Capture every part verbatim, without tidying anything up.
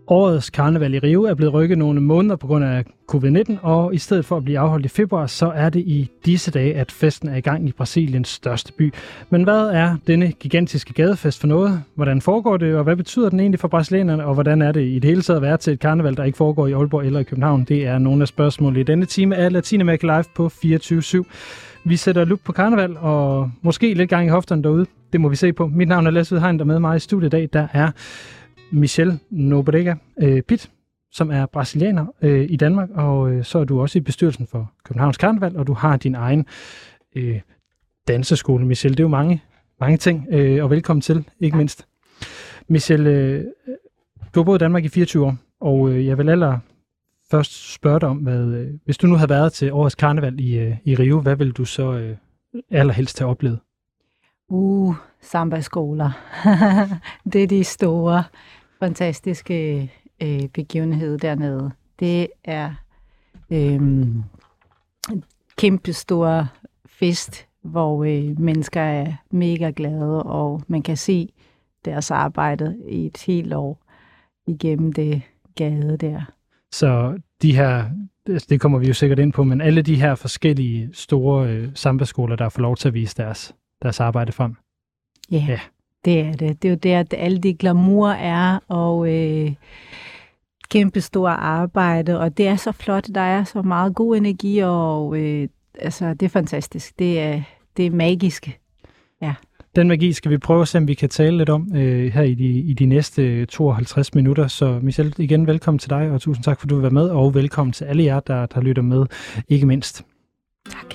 Årets karneval i Rio er blevet rykket nogle måneder på grund af covid nitten, og i stedet for at blive afholdt i februar, så er det i disse dage, at festen er i gang i Brasiliens største by. Men hvad er denne gigantiske gadefest for noget? Hvordan foregår det, og hvad betyder den egentlig for brasilianerne, og hvordan er det i det hele taget at være til et karneval, der ikke foregår i Aalborg eller i København? Det er nogle af spørgsmålene i denne time af Latinamerika Live på fireogtyve syv. Vi sætter lup på karneval, og måske lidt gang i hofterne derude. Det må vi se på. Mit navn er Lasse Hegn, der med mig i studiet i dag, der er Michelle Nobrega øh, Pitt, som er brasilianer øh, i Danmark, og øh, så er du også i bestyrelsen for Københavns Karneval, og du har din egen øh, danseskole, Michelle. Det er jo mange, mange ting, øh, og velkommen til, ikke mindst. Michelle, øh, du har boet i Danmark i fireogtyve år, og øh, jeg vil aller først spørge dig om, hvad, øh, hvis du nu havde været til årets karneval i, øh, i Rio, hvad vil du så øh, allerhelst have oplevet? Uh, samba-skoler. Det er de store, fantastiske øh, begivenheder dernede. Det er øh, en kæmpe stor fest, hvor øh, mennesker er mega glade, og man kan se deres arbejde i et helt år igennem det gade der. Så de her, det kommer vi jo sikkert ind på, men alle de her forskellige store øh, samba-skoler, der får lov til at vise deres deres arbejde frem. Yeah, ja, det er det. Det er jo der, at alle de glamour er, og øh, kæmpe store arbejde, og det er så flot. Der er så meget god energi, og øh, altså, det er fantastisk. Det er, det er magisk. Ja. Den magi skal vi prøve at se, om vi kan tale lidt om øh, her i de, i de næste tooghalvtreds minutter. Så Michelle, igen velkommen til dig, og tusind tak, for du vil være med, og velkommen til alle jer, der, der lytter med, ikke mindst. Tak.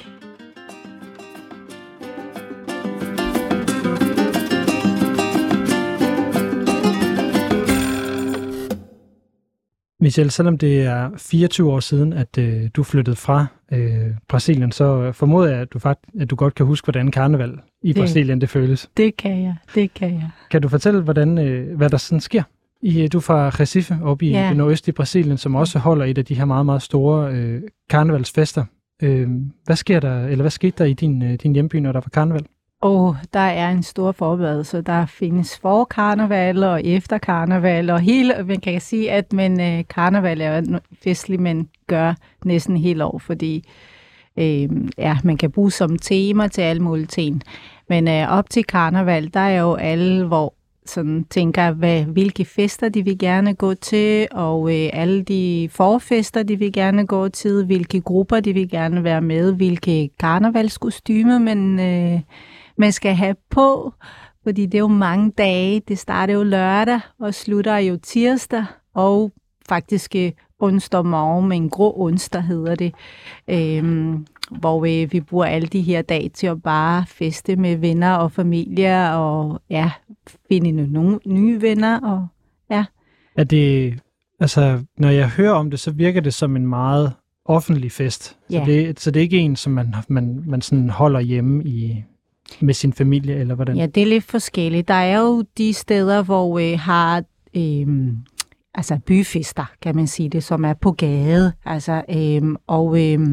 Michelle, selvom det er fireogtyve år siden, at øh, du flyttede fra øh, Brasilien, så formoder jeg, at du, faktisk, at du godt kan huske, hvordan karneval i det, Brasilien det føles. Det kan jeg, det kan jeg. Kan du fortælle, hvordan, øh, hvad der sådan sker? I, du er fra Recife, oppe i ja. det nordøstlige Brasilien, som også holder et af de her meget, meget store øh, karnevalsfester. Øh, hvad sker der, eller hvad skete der i din, øh, din hjemby, når der var karneval? Og der er en stor forberedelse. Der findes for karneval og efter karneval, og hele, man kan sige, at men, øh, karneval er festlig, man gør næsten hele år, fordi øh, ja, man kan bruge som tema til alle mulige ting. Men øh, op til karneval, der er jo alle, hvor sådan tænker, hvad, hvilke fester de vil gerne gå til, og øh, alle de forfester, de vil gerne gå til, hvilke grupper de vil gerne være med, hvilke karnevalskostymer man... Øh, man skal have på, fordi det er jo mange dage. Det starter jo lørdag og slutter jo tirsdag, og faktisk onsdag morgen, med en grå onsdag hedder det, øhm, hvor vi, vi bruger alle de her dage til at bare feste med venner og familie, og ja, finde nogle nye venner, og ja. Er det, altså, når jeg hører om det, så virker det som en meget offentlig fest. Ja. Så, det, så det er ikke en, som man, man, man sådan holder hjemme i... med sin familie, eller hvordan? Ja, det er lidt forskelligt. Der er jo de steder, hvor vi øh, har øh, altså byfester, kan man sige det, som er på gade. Altså, øh, og, øh,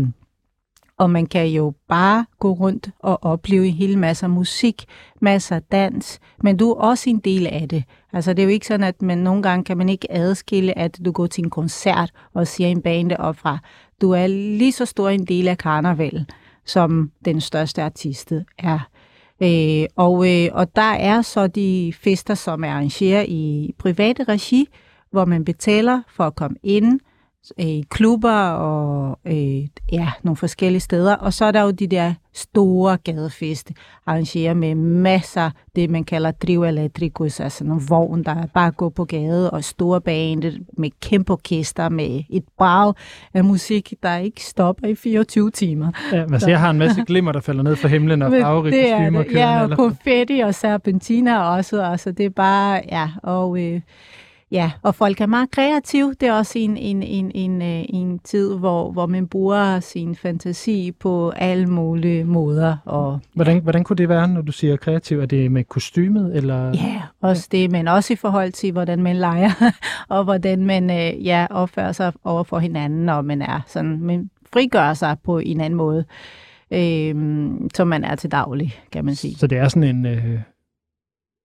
og man kan jo bare gå rundt og opleve en hel masse musik, masser af dans, men du er også en del af det. Altså, det er jo ikke sådan, at man nogle gange kan man ikke adskille, at du går til en koncert og ser en band opfra. Du er lige så stor en del af karneval, som den største artist er. Øh, og, øh, og der er så de fester, som er arrangeret i private regi, hvor man betaler for at komme ind i klubber og øh, ja, nogle forskellige steder. Og så er der jo de der store gadefester, arrangeret med masser, det man kalder trio eléctricos, altså nogle vogn, der bare går på gade, og store baner med kæmpe orkester, med et brag af musik, der ikke stopper i fireogtyve timer. Ja, men så jeg har en masse glimmer, der falder ned fra himlen, og farverige kostymer kører. Ja, og konfetti og serpentina også, altså det er bare, ja, og... Øh, Ja, og folk er meget kreative. Det er også en, en, en, en, en tid, hvor, hvor man bruger sin fantasi på alle mulige måder. Og, hvordan, ja. hvordan kunne det være, når du siger kreativ? Er det med kostymet? Eller? Ja, også det, men også i forhold til, hvordan man leger, og hvordan man ja, opfører sig over for hinanden, når man er sådan, man frigør sig på en anden måde, øh, som man er til daglig, kan man sige. Så det er sådan en... Øh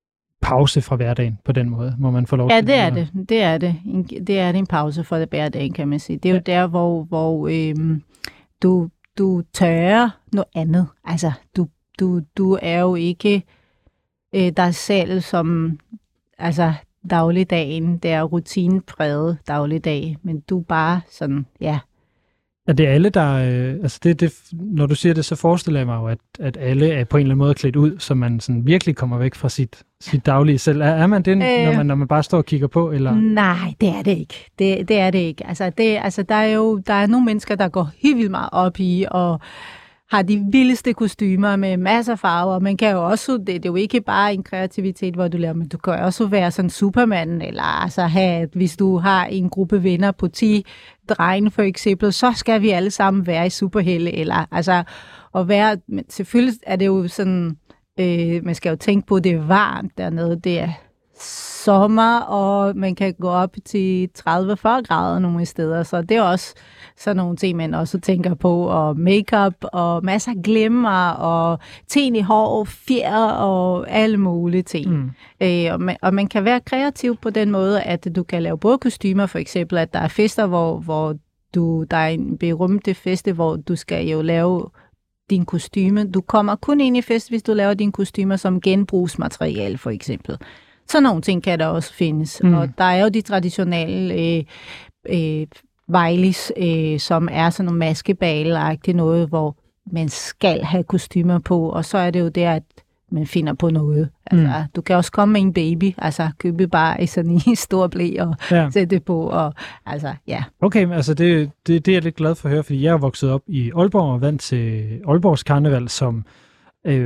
pause fra hverdagen på den måde, må man få lov ja, til. Ja, det er det. Det er det. En, det er det en pause fra hverdagen, kan man sige. Det er ja. jo der, hvor, hvor øhm, du, du tør noget andet. Altså, du, du, du er jo ikke øh, dig selv som altså, dagligdagen. Det er rutinepræget dagligdag, men du er bare sådan, ja. Er det alle, der... Øh, altså det, det, når du siger det, så forestiller jeg mig jo, at, at alle er på en eller anden måde klædt ud, så man sådan virkelig kommer væk fra sit, sit daglige selv. Er, er man det, øh, når, man, når man bare står og kigger på? Eller? Nej, det er det ikke. Det, det er det ikke. Altså, det, altså, der er jo der er nogle mennesker, der går helt vildt meget op i og har de vildeste kostymer med masser af farver. Man kan jo også, det, det er jo ikke bare en kreativitet, hvor du laver, men du kan også være sådan Superman, eller altså have, hvis du har en gruppe venner på ti drenge for eksempel, så skal vi alle sammen være i superhelte, eller altså, at være, men selvfølgelig er det jo sådan, øh, man skal jo tænke på, det er varmt dernede, det er sommer, og man kan gå op til tredive til fyrre grader nogle steder, så det er også sådan nogle ting, man også tænker på, og makeup og masser af glimmer, og ten i hår, fjer og alle mulige ting. Mm. Øh, og, man, og man kan være kreativ på den måde, at du kan lave både kostymer, for eksempel, at der er fester, hvor, hvor du, der er en berømte feste, hvor du skal jo lave din kostyme. Du kommer kun ind i fest, hvis du laver dine kostymer som genbrugsmateriale, for eksempel. Sådan nogle ting kan der også findes. Mm. Og der er jo de traditionelle øh, øh, vejlis, øh, som er sådan nogle maskebale-agtigt noget, hvor man skal have kostymer på, og så er det jo der, at man finder på noget. Altså, mm. Du kan også komme med en baby, altså købe bare sådan en stor blæ og ja. sætte det på, og altså, ja. Okay, men altså det, det, det er jeg lidt glad for at høre, fordi jeg er vokset op i Aalborg og vant til Aalborgs karneval, som øh,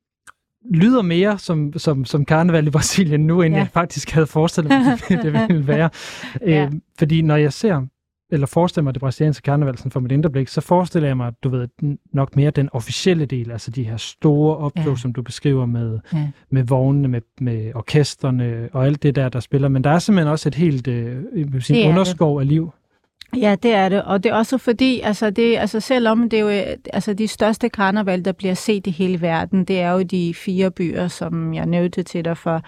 lyder mere som, som, som karneval i Brasilien nu, end ja. jeg faktisk havde forestillet mig, det, det ville være. ja. øh, fordi når jeg ser, eller forestiller mig det brasilianske karneval sådan for mit indre blik, så forestiller jeg mig, du ved, nok mere den officielle del, altså de her store optog, ja. som du beskriver med, ja. med vognene, med, med orkesterne og alt det der, der spiller. Men der er simpelthen også et helt øh, sige, underskov det. af liv. Ja, det er det, og det er også fordi, altså, det, altså selvom det er jo altså de største karneval, der bliver set i hele verden, det er jo de fire byer, som jeg nævnte til dig for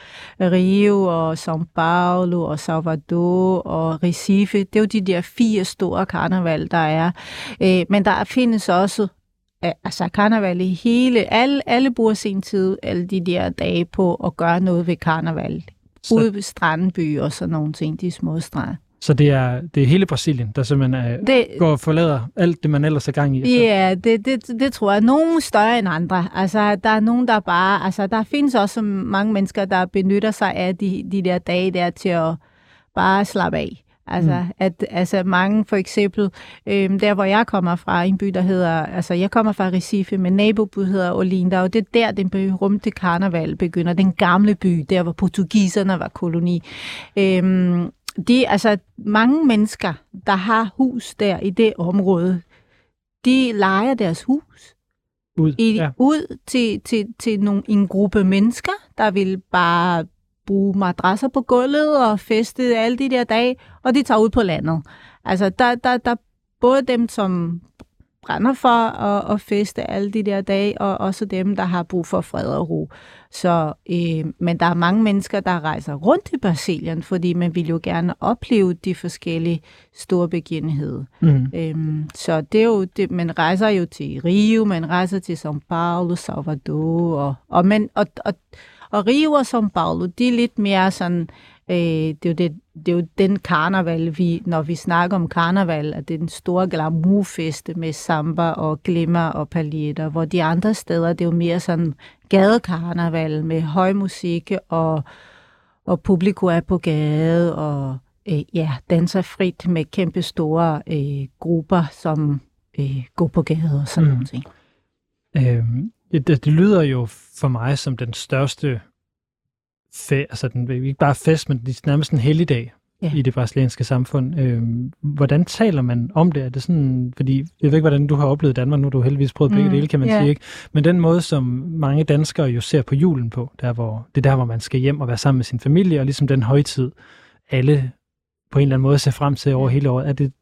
Rio og São Paulo og Salvador og Recife. Det er jo de der fire store karneval, der er. Øh, men der findes også altså karneval i hele, alle, alle bruger sin tid, alle de der dage på at gøre noget ved karneval. Så... ude ved Strandby og sådan nogle ting, de små strande. Så det er, det er hele Brasilien, der simpelthen uh, det, går og forlader alt det, man ellers er gang i? Så. Ja, det, det, det tror jeg. Nogle større end andre. Altså, der er nogen, der bare... Altså, der findes også mange mennesker, der benytter sig af de, de der dage der til at bare slappe af. Altså, mm. at, altså mange for eksempel, øhm, der hvor jeg kommer fra, en by, der hedder... Altså, jeg kommer fra Recife, men naboby hedder Olinda, og det er der, den berømte karneval begynder. Den gamle by, der hvor portugiserne var koloni. Øhm, De, altså mange mennesker, der har hus der i det område, de lejer deres hus ud, i, ja. ud til, til, til nogle, en gruppe mennesker, der vil bare bruge madrasser på gulvet og feste alle de der dage, og de tager ud på landet. Altså der, der, der både dem, som brænder for at, at feste alle de der dage, og også dem, der har brug for fred og ro. Så, øh, men der er mange mennesker, der rejser rundt i Brasilien, fordi man vil jo gerne opleve de forskellige store begivenheder. Mm. Øhm, så det er jo, det, man rejser jo til Rio, man rejser til São Paulo, Salvador, og, og, man, og, og, og Rio og São Paulo, de er lidt mere sådan, øh, det, er jo det, det er jo den karneval, vi, når vi snakker om karneval, at det er den store glamourfeste med samba og glimmer og paljetter, hvor de andre steder, det er jo mere sådan gadekarneval med høj musik, og, og publikum er på gade, og øh, ja, danser frit med kæmpe store øh, grupper, som øh, går på gade og sådan mm. noget ting. Øhm, det, det lyder jo for mig som den største Fe, altså den, ikke bare fest, men det er nærmest en helligdag ja. i det brasilianske samfund. Øhm, hvordan taler man om det? Er det sådan, fordi jeg ved ikke, hvordan du har oplevet Danmark, nu har du heldigvis prøvet begge mm, dele, kan man yeah. sige, ikke? Men den måde, som mange danskere jo ser på julen på, der hvor, det er der, hvor man skal hjem og være sammen med sin familie, og ligesom den højtid, alle på en eller anden måde ser frem til over hele året. Er det,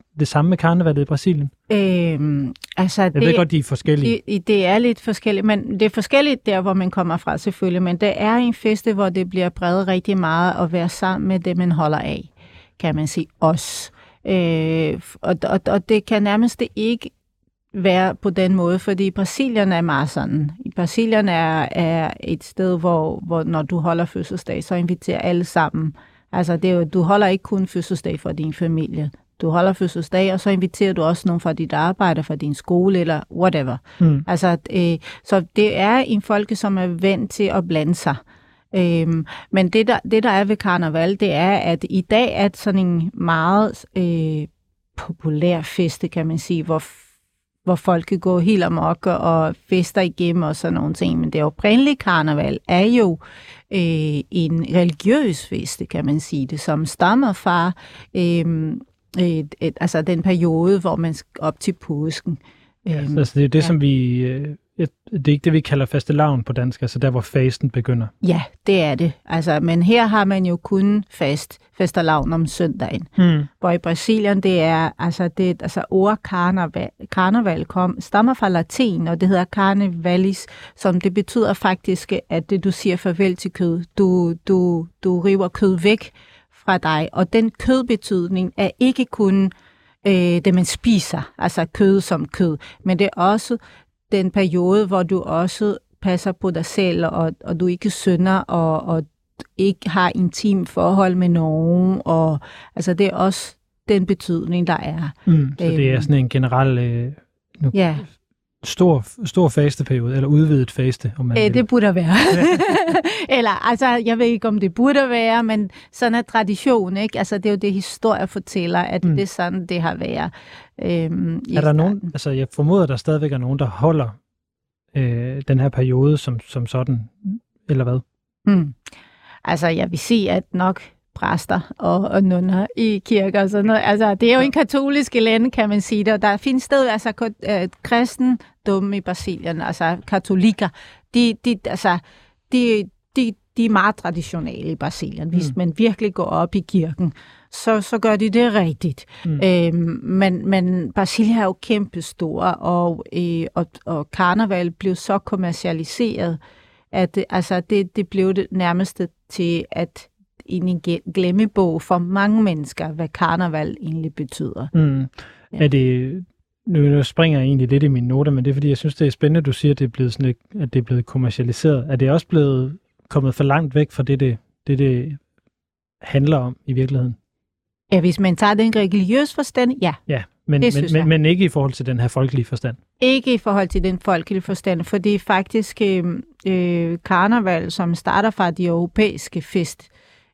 det samme med karnevalet i Brasilien? Øhm, altså jeg det, ved godt, de er forskellige. Det, det er lidt forskelligt, men det er forskelligt der, hvor man kommer fra selvfølgelig, men det er en feste, hvor det bliver bredt rigtig meget at være sammen med det, man holder af, kan man sige, os. Øh, og, og, og det kan nærmest ikke være på den måde, fordi Brasilien er meget sådan. I Brasilien er, er et sted, hvor, hvor når du holder fødselsdag, så inviterer alle sammen. Altså, det er jo, du holder ikke kun fødselsdag for din familie. Du holder fødselsdag, og så inviterer du også nogen fra dit arbejde, fra din skole, eller whatever. Mm. Altså, øh, så det er en folke, som er vant til at blande sig. Øhm, men det der, det, der er ved karneval, det er, at i dag er sådan en meget øh, populær feste, kan man sige, hvor hvor folk går helt amok og fester igennem og sådan nogle ting. Men det oprindelige karneval er jo øh, en religiøs feste, kan man sige det, som stammer fra øh, et, et, altså den periode, hvor man skal op til påsken. Ja, øh, altså det er det, ja. som vi... Øh, det er ikke det, vi kalder fastelavn på dansk, altså der, hvor fasten begynder. Ja, det er det. Altså, men her har man jo kun fast fastelavn om søndagen. Hmm. Hvor i Brasilien, det er, altså, det, altså ord karneval, karneval kom, stammer fra latin, og det hedder carnavalis, som det betyder faktisk, at det, du siger farvel til kød. Du, du, du river kød væk fra dig, og den kødbetydning er ikke kun øh, det, man spiser, altså kød som kød, men det er også den periode, hvor du også passer på dig selv, og, og du ikke synder, og, og ikke har intim forhold med nogen, og altså det er også den betydning, der er. Mm, så det er sådan en generel øh, nu, ja. stor, stor fasteperiode, eller udvidet faste, om man Æ, vil. Det burde være. Eller, altså, jeg ved ikke, om det burde være, men sådan er tradition, ikke? Altså, det er jo det, historie fortæller, at mm. det er sådan, det har været. Øhm, er der nogen, altså jeg formoder, der stadigvæk er nogen, der holder øh, den her periode som, som sådan, eller hvad? Mm. Altså, jeg vil sige, at nok præster og, og nunner i kirker og sådan noget. Altså, det er jo en katolisk land, kan man sige det, og der findes stadig altså øh, kristendom i Brasilien, altså katolikker, de, de, altså, de, de, de er meget traditionelle i Brasilien. Hvis mm. man virkelig går op i kirken, så, så gør de det rigtigt. Mm. Øhm, men, men Brasilien er jo kæmpestor, og, øh, og, og karneval blev så kommercialiseret, at altså, det, det blev det nærmeste til at en glemmebog for mange mennesker, hvad karneval egentlig betyder. Mm. Ja. Er det, nu springer jeg egentlig lidt i mine noter, men det er fordi, jeg synes, det er spændende, du siger, at det er blevet, sådan, at det er blevet kommercialiseret. Er det også blevet kommet for langt væk fra det, det, det, det handler om i virkeligheden? Ja, hvis man tager den religiøse forstand, ja. Ja, men, men, men, men ikke i forhold til den her folkelige forstand? Ikke i forhold til den folkelige forstand, for det er faktisk øh, karneval, som starter fra de europæiske fest,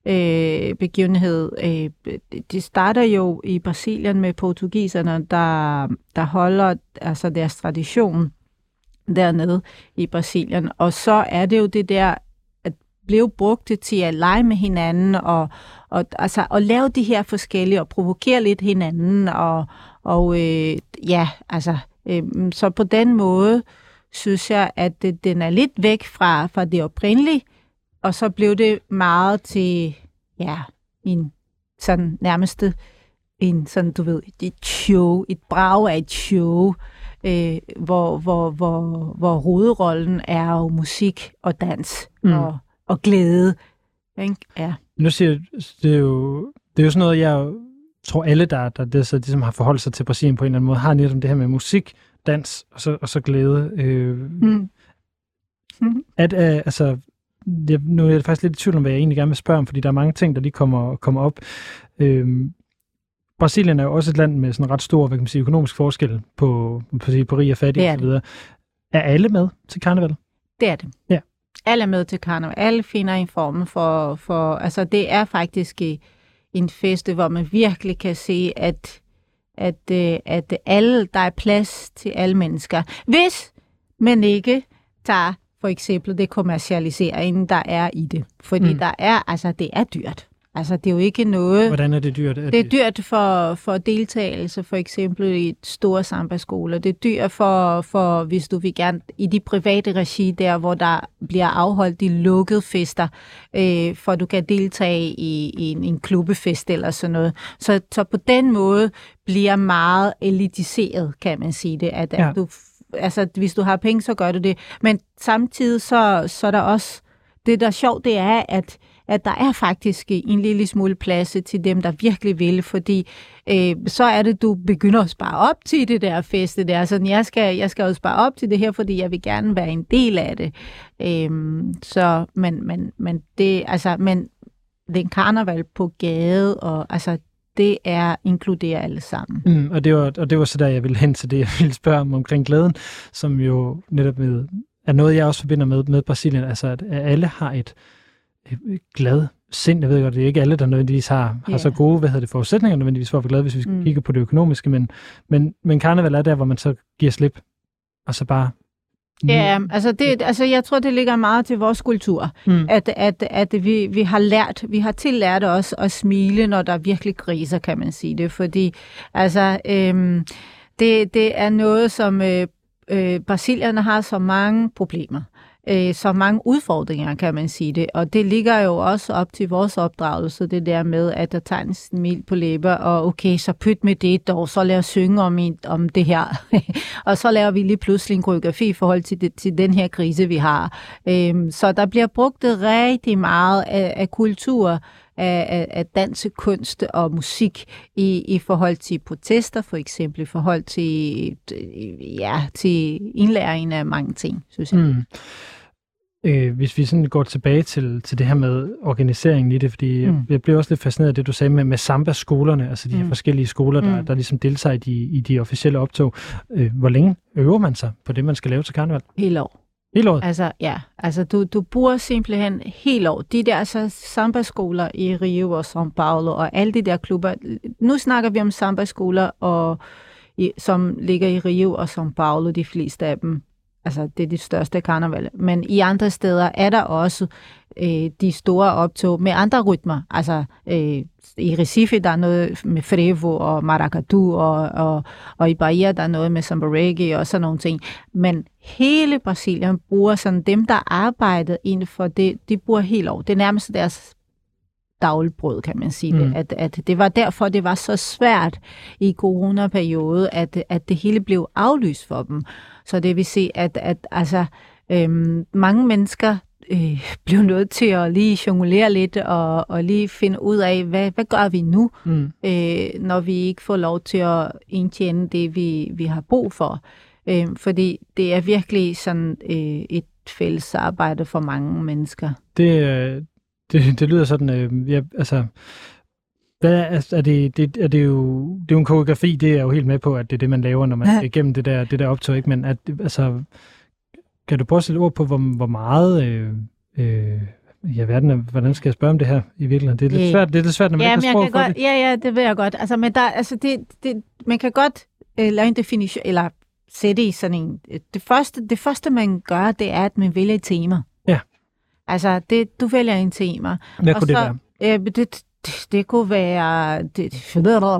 Øh, begivenhed. Øh, det starter jo i Brasilien med portugiserne, der, der holder altså deres tradition dernede i Brasilien. Og så er det jo det der, at blive brugt til at lege med hinanden, og, og altså, at lave de her forskellige, og provokere lidt hinanden, og, og øh, ja, altså, øh, så på den måde synes jeg, at det, den er lidt væk fra, fra det oprindelige, og så blev det meget til, ja, en sådan nærmeste, en sådan, du ved, et show, et brag af et show, øh, hvor, hvor, hvor, hvor hovedrollen er jo musik og dans mm. og, og glæde. Ikke? Ja. Nu siger det er jo, det er jo sådan noget, jeg tror alle, der, der det, så, ligesom har forholdt sig til Brasilien på en eller anden måde, har netop det her med musik, dans og så, og så glæde. Øh, mm. Mm. At, øh, altså, Jeg, nu er jeg faktisk lidt i tvivl om, hvad jeg egentlig gerne vil spørge om, fordi der er mange ting, der lige kommer, kommer op. Øhm, Brasilien er jo også et land med sådan en ret stor, hvad kan man sige, økonomisk forskel på, på, på rig og fattig og så videre. Er alle med til karneval? Det er det. Ja. Alle er med til karneval. Alle finder en form for, for... Altså, det er faktisk en fest, hvor man virkelig kan se, at, at, at alle, der er plads til alle mennesker. Hvis man ikke tager for eksempel det kommercialiseringen, der er i det. Fordi mm. der er, altså det er dyrt. Altså, det er jo ikke noget... Hvordan er det dyrt? Er det er dyrt for, for deltagelse, for eksempel i store samba-skoler. Det er dyrt for, for, hvis du vil gerne, i de private regi der, hvor der bliver afholdt de lukkede fester, øh, for du kan deltage i, i en, en klubbefest eller sådan noget. Så, så på den måde bliver meget elitiseret, kan man sige det, at, ja. at du... Altså, hvis du har penge, så gør du det. Men samtidig så, så er der også... Det, der er sjovt, det er, at, at der er faktisk en lille smule plads til dem, der virkelig vil, fordi øh, så er det, du begynder at spare op til det der feste der. Sådan, jeg skal, jeg skal jo spare op til det her, fordi jeg vil gerne være en del af det. Øh, så, men, men, men det, altså, men den karneval på gade, og altså, det er inkluderer alle sammen. Mm, og, det var, og det var så der, jeg ville hen til det, jeg ville spørge om omkring glæden, som jo netop med, er noget, jeg også forbinder med, med Brasilien, altså at alle har et, et glad sind. Jeg ved godt, det er ikke alle, der nødvendigvis har, yeah. har så gode hvad hedder det, forudsætninger nødvendigvis for at være glade, hvis vi mm. kigger på det økonomiske, men, men, men karneval er der, hvor man så giver slip, og så bare... Ja, altså, det, altså jeg tror, det ligger meget til vores kultur, mm. at, at, at vi, vi har lært, vi har tillært os at smile, når der virkelig kriser, kan man sige det, fordi altså, øhm, det, det er noget, som øh, øh, brasilierne har så mange problemer, øh, så mange udfordringer, kan man sige det, og det ligger jo også op til vores opdragelse, det der med, at der tager en smil på læber, og okay, så pyt med det dog, så lad os synge om, en, om det her, og så laver vi lige pludselig en koreografi i forhold til, det, til den her krise, vi har. Øhm, så der bliver brugt rigtig meget af, af kultur, af, af, af dansekunst og musik i, i forhold til protester, for eksempel, i forhold til, ja, til indlæring af mange ting, synes jeg. Mm. Øh, hvis vi sådan går tilbage til, til det her med organiseringen i det, fordi mm. jeg blev også lidt fascineret af det, du sagde med, med samba-skolerne, altså de her mm. forskellige skoler, der, mm. der ligesom deltager i de, i de officielle optog. Øh, hvor længe øver man sig på det, man skal lave til karneval? Hele år. Hele året? Altså, ja. Altså, du, du bruger simpelthen hele år. De der altså, samba-skoler i Rio og São Paulo og alle de der klubber. Nu snakker vi om samba-skoler, og, i, som ligger i Rio og São Paulo, de fleste af dem. Altså, det er de største karnevaler. Men i andre steder er der også øh, de store optog med andre rytmer. Altså, øh, i Recife, der er noget med frevo og maracatu, og, og, og i Bahia, der er noget med samba reggae og sådan nogle ting. Men hele Brasilien bruger sådan, dem, der arbejder inden for det, de bruger helt år. Det er nærmest deres dagligbrød, kan man sige. Mm. Det. At, at det var derfor, det var så svært i coronaperiode, at, at det hele blev aflyst for dem. Så det vil sige, at, at altså, øhm, mange mennesker øh, blev nødt til at lige jonglere lidt og, og lige finde ud af, hvad, hvad gør vi nu, mm. øh, når vi ikke får lov til at indtjene det, vi, vi har brug for. Øh, fordi det er virkelig sådan øh, et fælles arbejde for mange mennesker. Det, det, det lyder sådan, øh, ja, altså... Hvad er, er, det, det, er det jo det er jo en koreografi, det er jo helt med på, at det er det, man laver, når man ja. er igennem det der, det der optog, ikke? Men at, altså, kan du prøve at sætte ord på, hvor, hvor meget... Øh, øh, ja, verden, hvordan skal jeg spørge om det her i virkeligheden? Det er lidt svært, det er lidt svært når man ja, ikke har sprog for godt, det. Ja, ja, det ved jeg godt. Altså, men der, altså, det, det, man kan godt øh, lave en definition, eller sætte i sådan en... Det første, det første, man gør, det er, at man vælger et tema. Ja. Altså, det, du vælger en tema. Hvad kunne så, det være? Øh, det, Det, det kunne være... Det,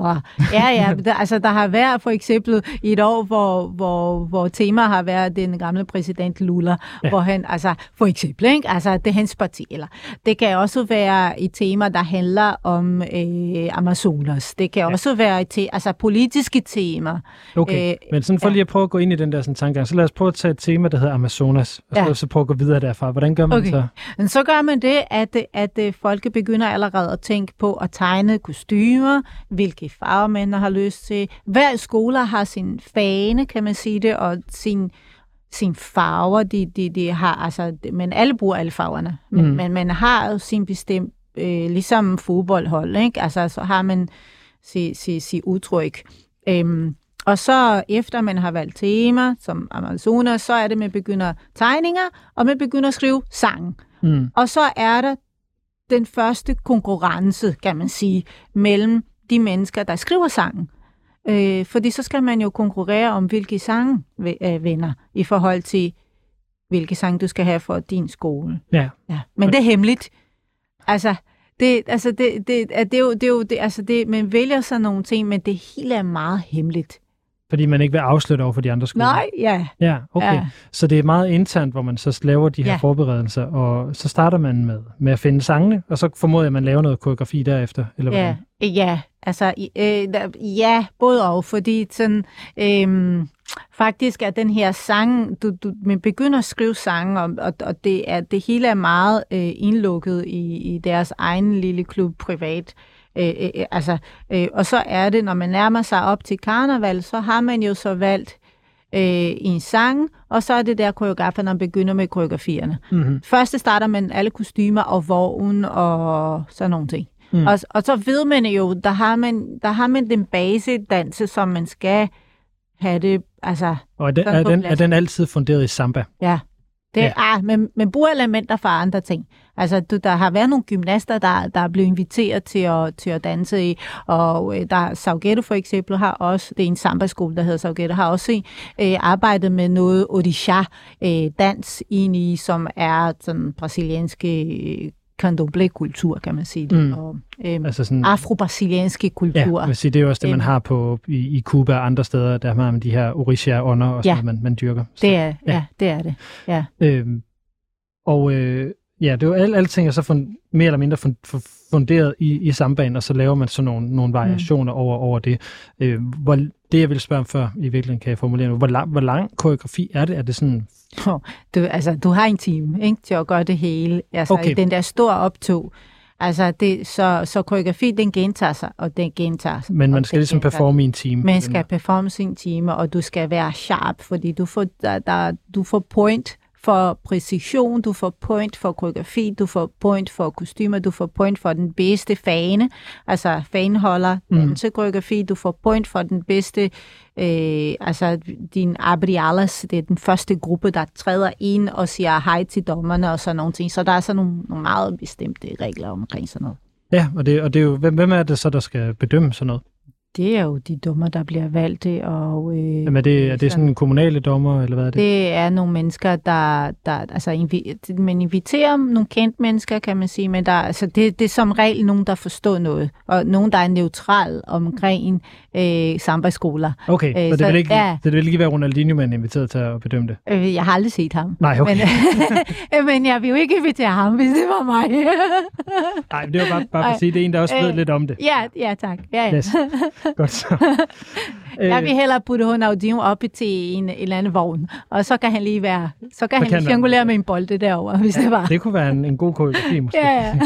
ja, ja. Der, altså, der har været for eksempel i et år, hvor, hvor, hvor tema har været den gamle præsident Lula, ja. hvor han, altså, for eksempel, ikke? Altså, det er hans parti. Eller, det kan også være et tema, der handler om øh, Amazonas. Det kan ja. også være et te, altså, politiske tema. Okay, øh, men sådan for ja. lige at prøve at gå ind i den der sådan, tankegang, så lad os prøve at tage et tema, der hedder Amazonas, og så, ja. så prøve at gå videre derfra. Hvordan gør man okay. så? Men så gør man det, at, at, at folk begynder allerede at tænke på at tegne kostymer, hvilke farver man har lyst til. Hver skole har sin fane, kan man sige det, og sin, sin farver, de, de, de har, altså, men alle bruger alle farverne. Men, mm. men man har jo sin bestemt, øh, ligesom fodboldhold, ikke? Altså, så har man sit si, si udtryk. Øhm, og så efter man har valgt tema, som Amazonas, så er det, man begynder tegninger, og man begynder at skrive sang. Mm. Og så er der den første konkurrence, kan man sige, mellem de mennesker, der skriver sangen. Øh, fordi så skal man jo konkurrere om, hvilke sange øh, vinder, i forhold til, hvilke sange du skal have for din skole. Ja. Ja. Men det er hemmeligt. Altså, det, altså det, det, det er jo, det er jo det, altså det, man vælger sådan nogle ting, men det hele er meget hemmeligt. Fordi man ikke vil afsløre over for de andre skoler? Nej, ja. Ja, okay. Ja. Så det er meget internt, hvor man så laver de her ja. forberedelser, og så starter man med, med at finde sangene, og så formoder jeg, at man laver noget koreografi derefter, eller ja. hvordan? Ja, altså, øh, ja, både og, fordi sådan, øh, faktisk er den her sang, du, du man begynder at skrive sange, og, og, og det, er, det hele er meget øh, indlukket i, i deres egen lille klub privat. Øh, øh, altså, øh, og så er det, når man nærmer sig op til karneval, så har man jo så valgt øh, en sang, og så er det der koreograferne begynder med koreografierne. Mm-hmm. Først starter man alle kostymer og vogn og sådan nogle ting. Mm. Og, og så ved man jo, der har man, der har man den basedanse, som man skal have det, altså... Og er den, er den, er den altid funderet i samba? Ja. Det, ja. ah, men man bruger elementer fra andre ting. Altså, du, der har været nogle gymnaster, der, der er blevet inviteret til at, til at danse i, og øh, der Salgueiro for eksempel har også, det er en samba-skole, der hedder Salgueiro, har også øh, arbejdet med noget orisha øh, dans ind i, som er sådan brasilianske øh, candomblé-kultur, kan man sige det. Mm. Og, øhm, altså sådan, afro-brasilianske kultur. Ja, sige, det er jo også det, man har på i, i Cuba og andre steder, der har man de her orisha-ånder, og sådan, ja. man, man dyrker. Så, det er, ja. ja, det er det. Ja. Øhm, og øh, ja, det er jo alle, alle ting er så fund, mere eller mindre fund, funderet i, i sambaen, og så laver man så nogle, nogle variationer mm. over, over det. Øh, hvor, det, jeg ville spørge om før, i virkeligheden kan jeg formulere nu, hvor lang, hvor lang koreografi er det? Er det sådan... Oh, du, altså, du har en time, ikke, til at gøre det hele. Altså, okay. Den der store optog. Altså, det, så, så koreografi, den gentager sig, og den gentager sig. Men man skal ligesom performe i en time? Man skal performe sin time, og du skal være sharp, fordi du får, der, der, du får point for præcision, du får point for koreografi, du får point for kostymer, du får point for den bedste fane, altså faneholder, mm. dansekoreografi, du får point for den bedste, øh, altså din abrialas, det er den første gruppe, der træder ind og siger hej til dommerne og sådan nogle ting. Så der er sådan nogle, nogle meget bestemte regler omkring sådan noget. Ja, og det, og det er jo, hvem, hvem er det så, der skal bedømme sådan noget? Det er jo de dommer, der bliver valgt. Og, øh, Jamen er det, er det sådan en kommunale dommer, eller hvad er det? Det er nogle mennesker, der... der altså, invi- man inviterer nogle kendte mennesker, kan man sige, men der, altså, det, det er som regel nogen, der forstår noget, og nogen, der er neutral omkring øh, samba-skoler. Okay, øh, så, det, vil ikke, ja, det vil ikke være Ronaldinho, man er inviteret til at bedømme det? Øh, jeg har aldrig set ham. Nej, okay. Men, men jeg vil jo ikke invitere ham, hvis det var mig. Nej, det var bare, bare for at sige, det er en, der også ved øh, lidt om det. Ja, ja tak. Ja, ja. Yes. Godt så. Jeg vil hellere putte Ronaldinho op til en, en eller anden vogn, og så kan han lige være, så kan så han triangulere med en bolde derovre, hvis ja, det var. Det kunne være en, en god koreografi, måske. Ja, ja.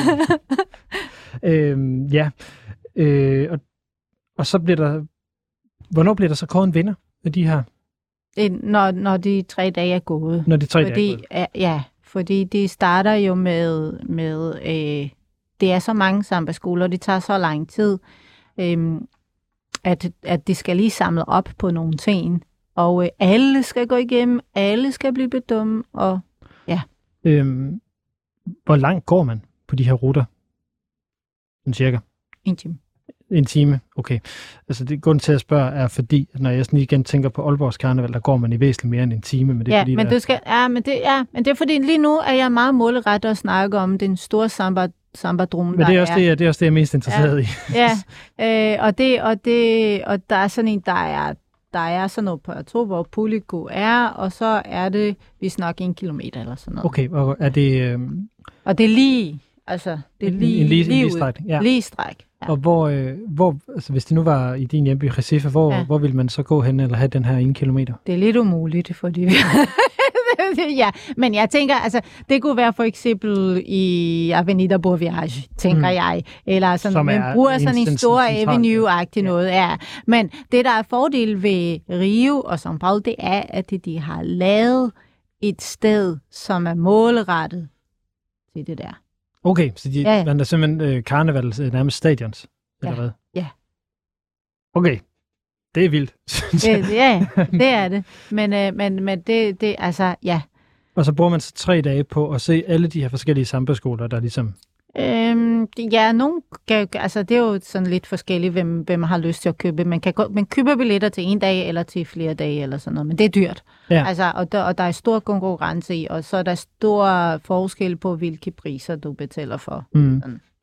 øhm, ja. Øh, og, og så bliver der, hvornår bliver der så kåret en vinder af de her? Når, når de tre dage er gået. Når de tre fordi, dage er gået. Ja, fordi de starter jo med, med øh, det er så mange samba-skoler, og det tager så lang tid, øh, at, at det skal lige samle op på nogle ting, og øh, alle skal gå igennem, alle skal blive bedømt, og ja. Øhm, hvor langt går man på de her ruter? Sådan cirka? En time. En time, okay. Altså det grund til at spørge er fordi, at når jeg sådan igen tænker på Aalborgs Karneval, der går man i væsentligt mere end en time. Men det er ja, fordi, men der... du skal, ja, men det, ja, men det er fordi lige nu er jeg meget målrettet at snakke om den store samba Samba-drum, men det er også det, jeg, det er også det, jeg er mest interesseret ja. i. Ja, øh, og, det, og, det, og der er sådan en, der er, der er sådan noget på Arto, hvor Pulico er, og så er det, vi snakker en kilometer eller sådan noget. Okay, og er det... Øh... Og det er lige, altså, det er lige, en, en lige, lige, lige stræk. Ja. Lige stræk. Ja. Og hvor, øh, hvor, altså hvis det nu var i din hjemby Recife, hvor, ja. hvor vil man så gå hen eller have den her en kilometer? Det er lidt umuligt, fordi vi ja, men jeg tænker, altså, det kunne være for eksempel i Avenida Boa Viagem, tænker mm. jeg, eller sådan, man bruger sådan en stor avenue-agtig noget, ja. Men det, der er fordel ved Rio og São Paulo, det er, at de har lavet et sted, som er målrettet til det der. Okay, så de, ja. man er simpelthen øh, karneval, nærmest stadions, eller ja. hvad? Ja. Okay. Det er vildt. det, ja, det er det. Men, øh, men, men det, det, altså, ja. Og så bruger man så tre dage på at se alle de her forskellige samba-skoler, der ligesom... Øhm, ja, nogen, altså det er jo sådan lidt forskelligt, hvem, hvem har lyst til at købe. Man kan man køber billetter til en dag eller til flere dage eller sådan noget, men det er dyrt. Ja. Altså, og, der, og der er stor konkurrence i, og så er der stor forskel på, hvilke priser du betaler for. Mm.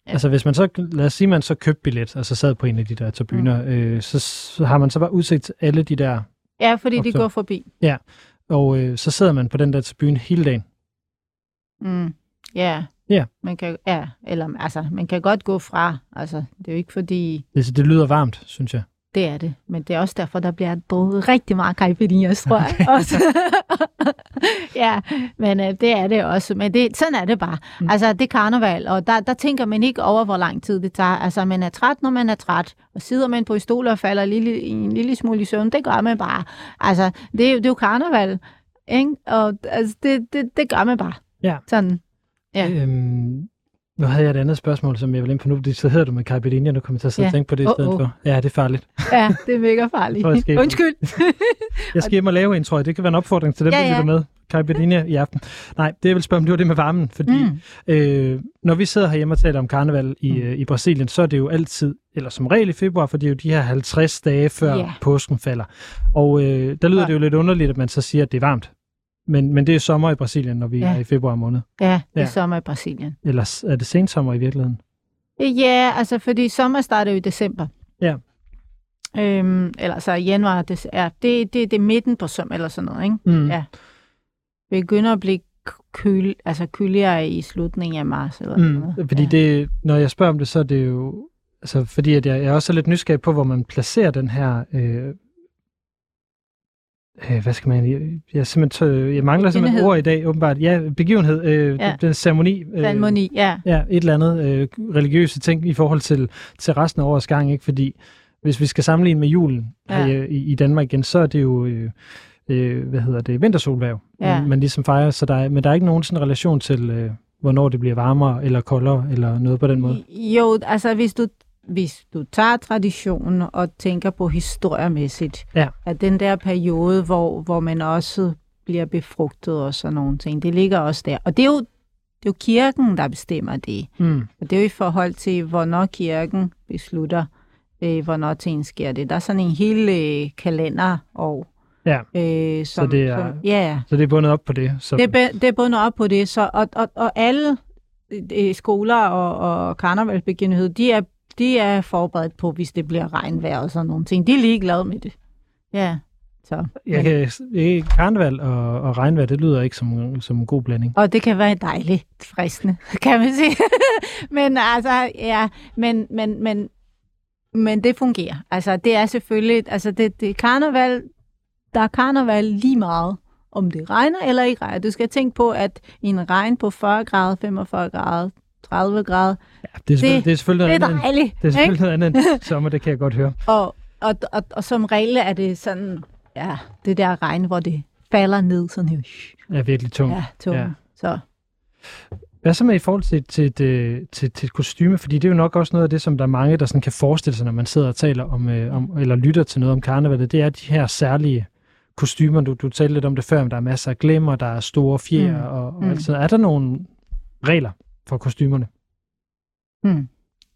Altså hvis man så, lad os sige, man så købte billet, og så sad på en af de der tribuner, mm. øh, så, så har man så bare udsigt til alle de der... Ja, fordi de går forbi. Ja, og øh, så sidder man på den der tribune hele dagen. Mm. Ja. Ja. Man kan, ja, eller altså, man kan godt gå fra. Altså, det er jo ikke fordi... Det, det lyder varmt, synes jeg. Det er det, men det er også derfor, der bliver drukket rigtig meget caipirinhas, tror jeg. Okay. Også. Ja, men øh, det er det også. Men det, sådan er det bare. Mm. Altså, det er karneval, og der, der tænker man ikke over, hvor lang tid det tager. Altså, man er træt, når man er træt, og sidder man på en stol og falder lille, en lille smule i søvn. Det gør man bare. Altså, det er, det er jo karneval, ikke? Og altså, det, det, det gør man bare. Ja. Sådan, ja. Øhm... Nu havde jeg et andet spørgsmål, som jeg vil ind på nu, fordi så hedder du med caipirinha, nu kommer jeg til at sidde ja. og tænke på det i stedet oh, oh. for. Ja, det er farligt. Ja, det er mega farligt. jeg skal Undskyld. jeg skal hjem og lave en, tror jeg. Det kan være en opfordring til dem, ja, ja. der lytter med. Caipirinha i aften. Nej, det jeg vil spørge om, det var det med varmen, fordi mm. øh, når vi sidder herhjemme og taler om karneval i, mm. øh, i Brasilien, så er det jo altid, eller som regel i februar, for det er jo de her halvtreds dage før yeah. påsken falder. Og øh, der lyder ja. det jo lidt underligt, at man så siger, at det er varmt. Men, men det er sommer i Brasilien, når vi ja. er i februar måned. Ja, det er ja. sommer i Brasilien. Eller er det sensommer i virkeligheden? Ja, altså fordi sommer starter jo i december. Ja. Øhm, eller så januar, det er det, det, det er midten på sommer eller sådan noget, ikke? Mm. Ja. Vi begynder at blive køl, altså køligere i slutningen af marts eller sådan noget. Mm. Fordi ja. det, når jeg spørger om det, så er det jo, altså fordi at jeg, jeg er også lidt nysgerrig på, hvor man placerer den her... Øh, Øh, hvad skal man... Jeg, jeg, simpelthen, jeg mangler simpelthen ord i dag, åbenbart. Ja, begivenhed. Øh, ja. Den ceremoni. Øh, ceremoni, ja. Ja, et eller andet øh, religiøse ting i forhold til, til resten af årets gang, ikke? Fordi hvis vi skal sammenligne med julen ja. her i, i Danmark igen, så er det jo, øh, øh, hvad hedder det, vintersolværv, ja. man, man ligesom fejrer. Så der er, men der er ikke nogen sådan relation til, øh, hvornår det bliver varmere eller koldere, eller noget på den måde. Jo, altså hvis du Hvis du tager traditionen og tænker på historiemæssigt, ja. at den der periode, hvor, hvor man også bliver befrugtet og sådan nogle ting, det ligger også der. Og det er jo, det er jo kirken, der bestemmer det. Mm. Og det er jo i forhold til, hvornår kirken beslutter, øh, hvornår ting sker det. Der er sådan en hel øh, kalender og ja. øh, som, så, det er, som, ja. så det er bundet op på det. Så... Det, er, det er bundet op på det, så, og, og, og alle øh, skoler og, og karnevalsbegivenheder, de er De er forberedt på, hvis det bliver regnvejr og sådan nogle ting. De er ligeglade med det. Ja, så. Jeg kan, karneval og, og regnvejr, det lyder ikke som, som en god blanding. Og det kan være dejligt fristende, kan man sige. men altså, ja, men, men, men, men det fungerer. Altså, det er selvfølgelig, altså det, det er karneval, der er karneval lige meget, om det regner eller ikke regner. Du skal tænke på, at en regn på fyrre grader, femogfyrre grader, tredive grader. Ja, det er selvfølgelig, det, det er selvfølgelig det er dejligt, andet, det er selvfølgelig noget andet end sommer, det kan jeg godt høre. Og, og, og, og som regel er det sådan, ja, det der regn, hvor det falder ned sådan her. Ja, virkelig tungt. Ja, tungt. Ja. Så. Hvad så med i forhold til, til, til, til, til kostyme? Fordi det er jo nok også noget af det, som der er mange, der sådan kan forestille sig, når man sidder og taler om, øh, om eller lytter til noget om karnevalet. Det er de her særlige kostymer. Du, du talte lidt om det før, men der er masser af glemmer, der er store fjer mm. og, og mm. alt sådan. Er der nogle regler for kostymerne? Hmm.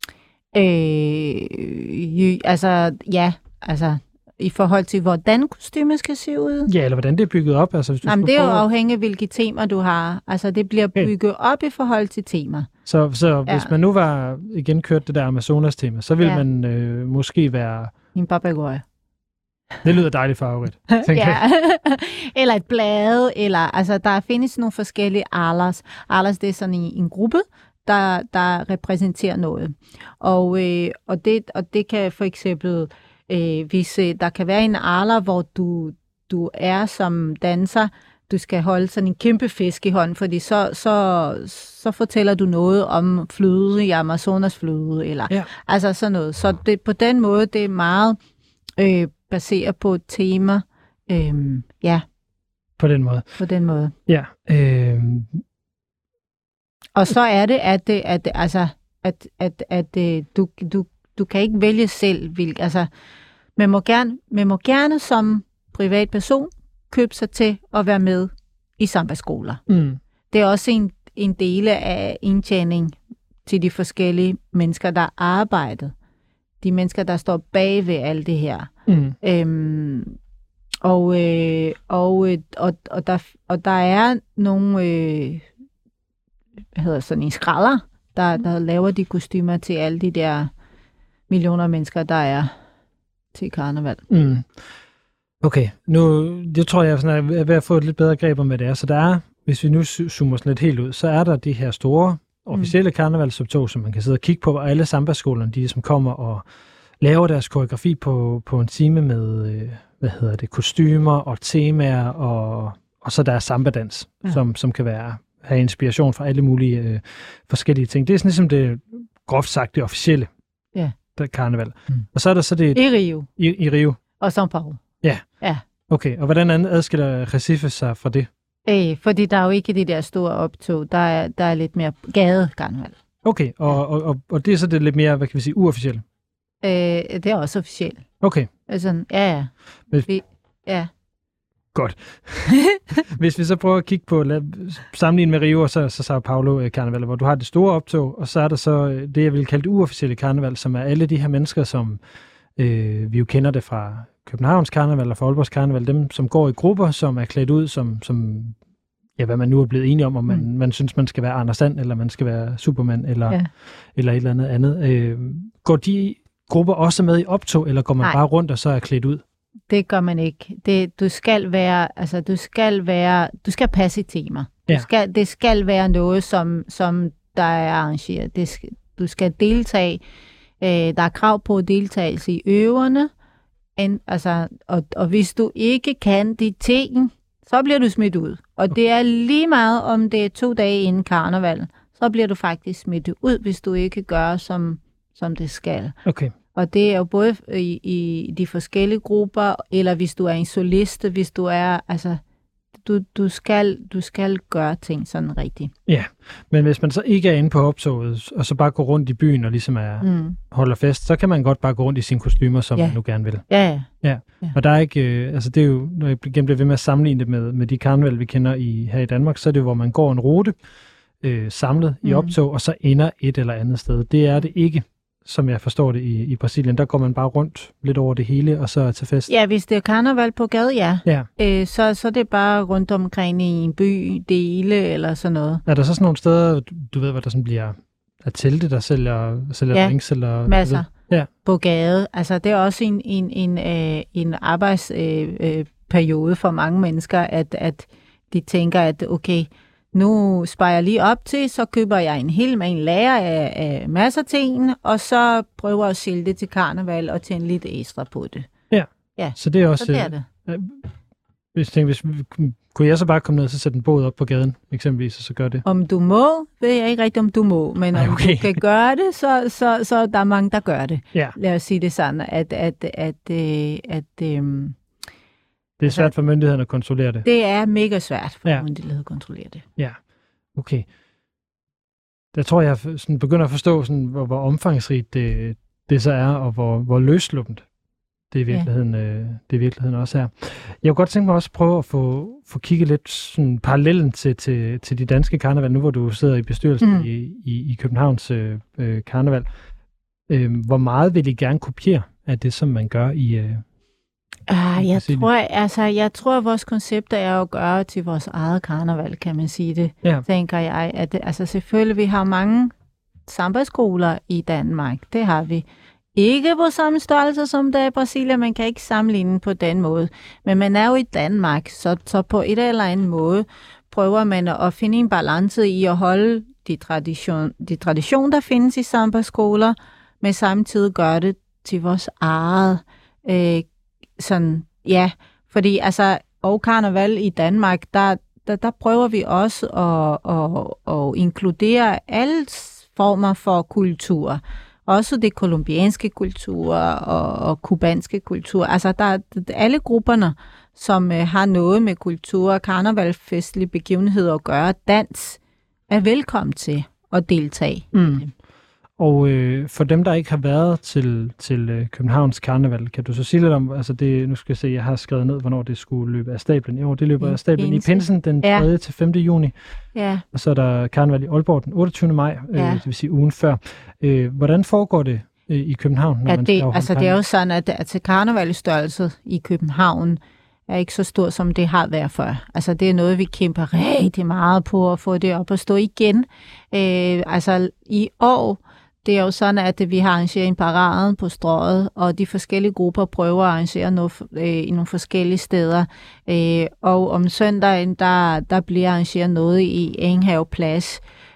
Øh, jo, altså, ja, altså, i forhold til, hvordan kostymet skal se ud? Ja, eller hvordan det er bygget op. Altså, hvis du Jamen, det er jo afhængigt af, hvilke tema du har. Altså, det bliver bygget okay. op i forhold til tema. Så, så ja. hvis man nu var igen kørt det der Amazonas-tema, så ville ja. man øh, måske være... En papegøje. Det lyder dejligt farverigt. Ja. Eller et blade, eller altså der findes nogle forskellige alas. Alas, det er sådan en, en gruppe, der, der repræsenterer noget. Og, øh, og, det, og det kan for eksempel, øh, hvis øh, der kan være en ala, hvor du, du er som danser, du skal holde sådan en kæmpe fisk i hånden, fordi så, så, så fortæller du noget om fløde i Amazonas fløde, eller ja. altså sådan noget. Så det, på den måde, det er meget... Øh, baseret på et tema. Øhm, ja. På den måde. På den måde. Ja. Øhm. Og så er det, at, at, at, altså, at, at, at, at du, du, du kan ikke vælge selv, hvilk, altså, man må, gerne, man må gerne som privatperson købe sig til at være med i samba-skoler. Mm. Det er også en, en del af indtjening til de forskellige mennesker, der arbejder. De mennesker, der står bag ved alt det her. Mm. Øhm, og, øh, og, og, og, der, og der er nogle, øh, hvad hedder sådan en skralder, der, der laver de kostymer til alle de der millioner mennesker, der er til karneval. Mm. Okay, nu jeg tror jeg sådan, er ved at få et lidt bedre greb om, hvad det er. Så der er, hvis vi nu zoomer sådan lidt helt ud, så er der de her store officielle mm. karnevalsoptog, som man kan sidde og kigge på, og alle sambaskolerne, de som kommer og laver deres koreografi på, på en time med, øh, hvad hedder det, kostymer og temaer, og, og så der er sambadans, ja. som, som kan være, have inspiration fra alle mulige øh, forskellige ting. Det er sådan ligesom det, groft sagt, det officielle ja. der karneval. Mm. Og så er der så det... I Rio. I, i Rio. Og São Paulo. Ja. ja. Okay, og hvordan adskiller Recife sig fra det? Øh, fordi der er jo ikke de der store optog. Der er, der er lidt mere gadekarneval. Okay, og, ja. og, og, og det er så det lidt mere, hvad kan vi sige, uofficielt? Øh, det er også officielt. Okay. Altså, ja, ja. Hvis... Vi, ja. Godt. Hvis vi så prøver at kigge på, sammenligne med Rio og så, så São Paulo karneval, hvor du har det store optog, og så er der så det, jeg vil kalde det uofficielle karneval, som er alle de her mennesker, som øh, vi jo kender det fra Københavns karneval og fra Aalborgs karneval, dem som går i grupper, som er klædt ud som, som ja, hvad man nu er blevet enige om, om man, mm. man synes, man skal være Anders Sand, eller man skal være Superman, eller, ja. eller et eller andet andet. Øh, går de grupper også med i optog, eller går man Nej. bare rundt og så er klædt ud? Det gør man ikke. Det, du skal være, altså du skal være, du skal passe i tema. Ja. Du skal, det skal være noget, som, som der er arrangeret. Det skal, du skal deltage. Øh, der er krav på deltagelse i øverne. En, altså, og, og hvis du ikke kan de ting, så bliver du smidt ud. Og okay. det er lige meget, om det er to dage inden karneval, så bliver du faktisk smidt ud, hvis du ikke gør, som, som det skal. Okay. Og det er jo både i, i de forskellige grupper, eller hvis du er en soliste, hvis du er, altså, du, du, skal, du skal gøre ting sådan rigtigt. Ja, men hvis man så ikke er inde på optoget, og så bare går rundt i byen og ligesom er, mm. holder fest, så kan man godt bare gå rundt i sine kostymer, som ja. man nu gerne vil. Ja, ja. ja. ja. Og der er ikke, øh, altså det er jo, når jeg igen bliver ved med at sammenligne det med, med de karneval, vi kender i, her i Danmark, så er det, hvor man går en rute øh, samlet mm. i optog, og så ender et eller andet sted. Det er det ikke. Som jeg forstår det i, i Brasilien, der går man bare rundt lidt over det hele, og så til fest. Ja, hvis det er karneval på gade, ja. ja. Øh, så, så er det bare rundt omkring i en by, dele eller sådan noget. Er der så sådan nogle steder, du, du ved, hvor der sådan bliver er telte, der sælger, sælger ja, drinks? Eller, masser ja. på gade. Altså, det er også en, en, en, øh, en arbejdsperiode øh, for mange mennesker, at, at de tænker, at okay, nu sparer jeg lige op til, så køber jeg en hel med en lager af, af masser af ting, og så prøver at sælge det til karneval og tjene lidt ekstra på det. Ja, ja. så det er også... Så det er det. Øh, hvis, tænker, hvis, kunne jeg så bare komme ned og så sætte en båd op på gaden, eksempelvis, og så gøre det? Om du må, ved jeg ikke rigtigt, om du må, men Ej, okay. om du kan gøre det, så, så, så der er mange, der gør det. Ja. Lad os sige det sådan, at... at, at, at, at øhm, det er svært for myndighederne at kontrollere det. Det er mega svært for ja. myndighederne at kontrollere det. Ja, okay. Der tror jeg, sådan begynder at forstå, sådan, hvor, hvor omfangsrigt det, det så er, og hvor, hvor løsluppent det i virkeligheden, ja. øh, det i virkeligheden også er. Jeg kunne godt tænke mig også at prøve at få, få kigget lidt sådan, parallellen til, til, til de danske karneval, nu hvor du sidder i bestyrelsen mm. i, i, i Københavns øh, øh, karneval. Øh, hvor meget vil I gerne kopiere af det, som man gør i... Øh, Uh, jeg, tror, altså, jeg tror, at vores koncept er at gøre til vores eget karneval, kan man sige det, ja. tænker jeg. At, altså selvfølgelig, vi har mange samba-skoler i Danmark. Det har vi. Ikke på samme størrelse som der i Brasilien, man kan ikke sammenligne på den måde. Men man er jo i Danmark, så, så på et eller andet måde prøver man at finde en balance i at holde de tradition, de tradition der findes i samba-skoler, men samtidig gøre det til vores eget øh, sådan, ja, fordi altså, og karneval i Danmark, der, der, der prøver vi også at, at, at inkludere alle former for kultur. Også det kolumbianske kultur og, og kubanske kultur. Altså, der er alle grupperne, som uh, har noget med kultur, karneval, festlige begivenheder at gøre, dans, er velkommen til at deltage. Mm. Og øh, for dem, der ikke har været til, til øh, Københavns karneval, kan du så sige lidt om, altså det, nu skal jeg se, jeg har skrevet ned, hvornår det skulle løbe af stablen. Jo, det løber af stablen i Pinsen den tredje til femte juni. Ja. Og så er der karneval i Aalborg den otteogtyvende maj, ja. øh, det vil sige ugen før. Øh, hvordan foregår det øh, i København? Når ja, man det, altså det er jo sådan, at, at til karnevalstørrelse i København, er ikke så stort, som det har været før. Altså, det er noget, vi kæmper rigtig meget på at få det op at stå igen. Øh, altså, i år, det er jo sådan, at vi har arrangeret en parade på Strøget, og de forskellige grupper prøver at arrangere noget, øh, i nogle forskellige steder. Øh, og om søndagen, der, der bliver arrangeret noget i Enghave Plads,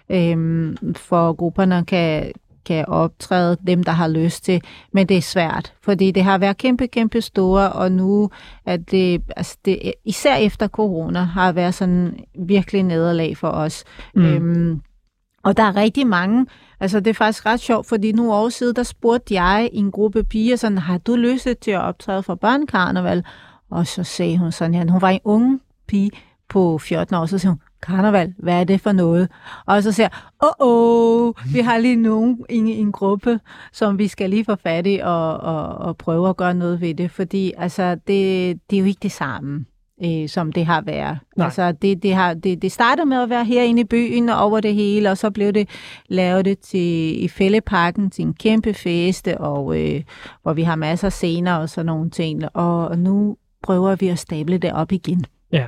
øh, for grupperne kan, kan optræde, dem der har lyst til. Men det er svært, fordi det har været kæmpe, kæmpe store, og nu er det, altså det især efter corona, har været sådan virkelig nederlag for os. Mm. Øhm, og der er rigtig mange, altså det er faktisk ret sjovt, fordi nogle år siden, der spurgte jeg en gruppe piger, sådan, har du lyst til at optræde for børnekarneval? Og så sagde hun sådan, ja, hun var en unge pige på fjorten år, så sagde hun, karneval, hvad er det for noget? Og så siger jeg, åh, åh, vi har lige nogen i en gruppe, som vi skal lige få fat i og, og, og prøve at gøre noget ved det, fordi altså, det, det er jo ikke det samme, øh, som det har været. Altså, det, det, har, det, det startede med at være herinde i byen og over det hele, og så blev det lavet det til, i Fælleparken til en kæmpe feste, og, øh, hvor vi har masser af scener og sådan nogle ting, og nu prøver vi at stable det op igen. Ja,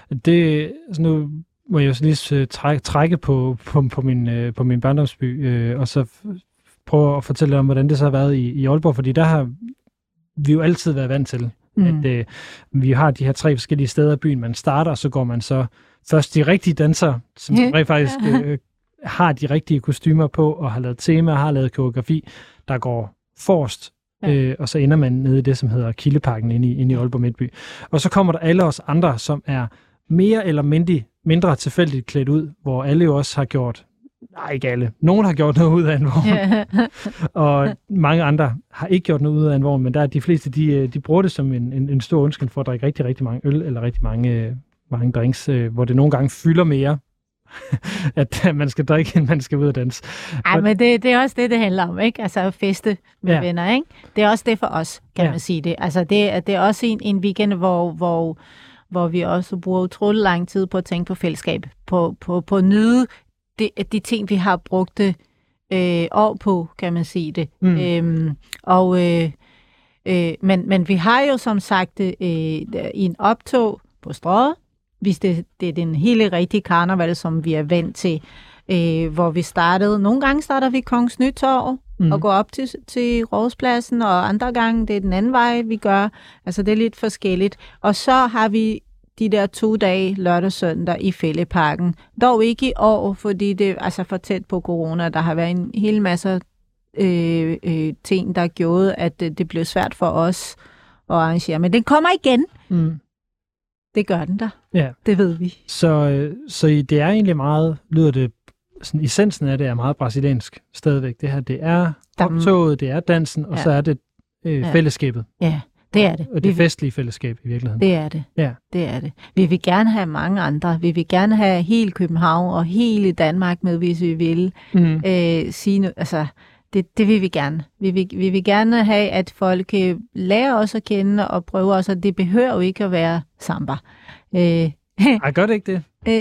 det altså nu må jeg jo lige trække, trække på, på, på, min, øh, på min barndomsby, øh, og så prøve at fortælle om, hvordan det så har været i, i Aalborg, fordi der har vi jo altid været vant til, mm. at øh, vi har de her tre forskellige steder i byen, man starter, og så går man så først de rigtige dansere, som rent faktisk øh, har de rigtige kostymer på, og har lavet tema, har lavet koreografi, der går forrest, ja. øh, og så ender man nede i det, som hedder Kildeparken inde i, inde i Aalborg Midtby. Og så kommer der alle os andre, som er mere eller mindre, mindre tilfældigt klædt ud, hvor alle jo også har gjort, nej ikke alle, nogen har gjort noget ud af en vogn, yeah. og mange andre har ikke gjort noget ud af en vogn, men der er de fleste, de, de bruger det som en, en, en stor undskyld for at drikke rigtig, rigtig mange øl, eller rigtig mange, mange drinks, hvor det nogle gange fylder mere, at man skal drikke, end man skal ud og danse. Ej, men det, det er også det, det handler om, ikke? Altså at feste med ja. venner, ikke? Det er også det for os, kan ja. man sige det. Altså det, det er også en, en weekend, hvor, hvor hvor vi også bruger utrolig lang tid på at tænke på fællesskab, på, på, på at nyde de, de ting, vi har brugt øh, år på, kan man sige det. Mm. Øhm, og, øh, øh, men, men vi har jo som sagt øh, i en optog på Strøget, hvis det, det er den hele rigtige karneval, som vi er vant til, øh, hvor vi startede. Nogle gange starter vi Kongens Nytorv, Mm. og gå op til, til Rådhuspladsen, og andre gange, det er den anden vej, vi gør. Altså, det er lidt forskelligt. Og så har vi de der to dage, lørdag og søndag, i Fælleparken. Dog ikke i år, fordi det er altså for tæt på corona. Der har været en hel masse øh, øh, ting, der gjorde, at det, det blev svært for os at arrangere. Men den kommer igen. Mm. Det gør den der. Ja. Det ved vi. Så, øh, så det er egentlig meget, lyder det, sådan, essensen af det er meget brasiliansk stadigvæk. Det her, det er optoget, det er dansen, og ja. så er det øh, ja. fællesskabet. Ja, det er det. Og det vi festlige fællesskab i virkeligheden. Det er det. Ja. Det er det. Vi vil gerne have mange andre. Vi vil gerne have hele København og hele Danmark med, hvis vi vil. Mm. Øh, sige nu, altså, det, det vil vi gerne. Vi vil, vi vil gerne have, at folk lærer os at kende og prøver os, at det behøver jo ikke at være samba. Øh, Ej, gør det ikke det? Øh,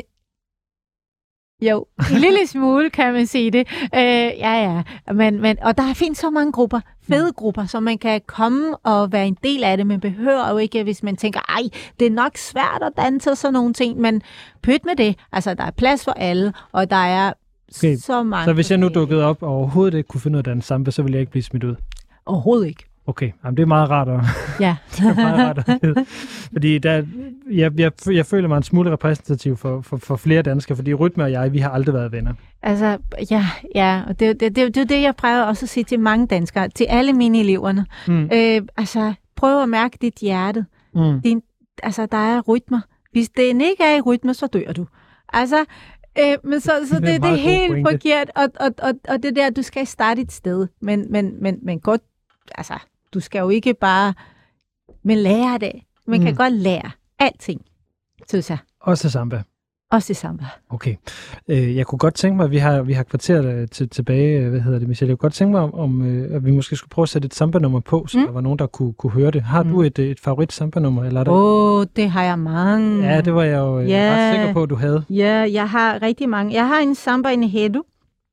Jo, en lille smule, kan man sige det. Øh, ja, ja. Men, men, og der findes så mange grupper, fede grupper, så man kan komme og være en del af det. Man behøver jo ikke, hvis man tænker, ej, det er nok svært at danse og sådan nogle ting, men pyt med det. Altså, der er plads for alle, og der er okay. så mange. Så hvis jeg nu dukkede op og overhovedet ikke kunne finde ud af danse samba, så ville jeg ikke blive smidt ud? Overhovedet ikke. Okay, jamen, det er meget rart at, ja. det er meget rart at vide. Fordi der, jeg, jeg, jeg føler mig en smule repræsentativ for, for, for flere danskere, fordi Rytme og jeg, vi har aldrig været venner. Altså, ja, ja og det, det, det, det er det, jeg prøver også at sige til mange danskere, til alle mine eleverne. Mm. Øh, altså, prøv at mærke dit hjerte. Mm. Din, altså, der er rytmer. Hvis den ikke er i rytme, så dør du. Altså, øh, men så, så det, det, det er helt pointe. Forkert, og, og, og, og det der, du skal starte et sted, men, men, men, men godt, altså, du skal jo ikke bare men lære det. Man mm. kan godt lære alting, synes jeg. Også samba. Også samba. Okay. Øh, jeg kunne godt tænke mig, at vi har, vi har kvarteret til, tilbage, hvad hedder det, Michelle? Jeg kunne godt tænke mig, om, om øh, at vi måske skulle prøve at sætte et samba-nummer på, så mm. der var nogen, der kunne, kunne høre det. Har mm. du et, et favorit samba-nummer? Åh, oh, det har jeg mange. Ja, det var jeg jo yeah. ret sikker på, at du havde. Ja, yeah, jeg har rigtig mange. Jeg har en samba enredo,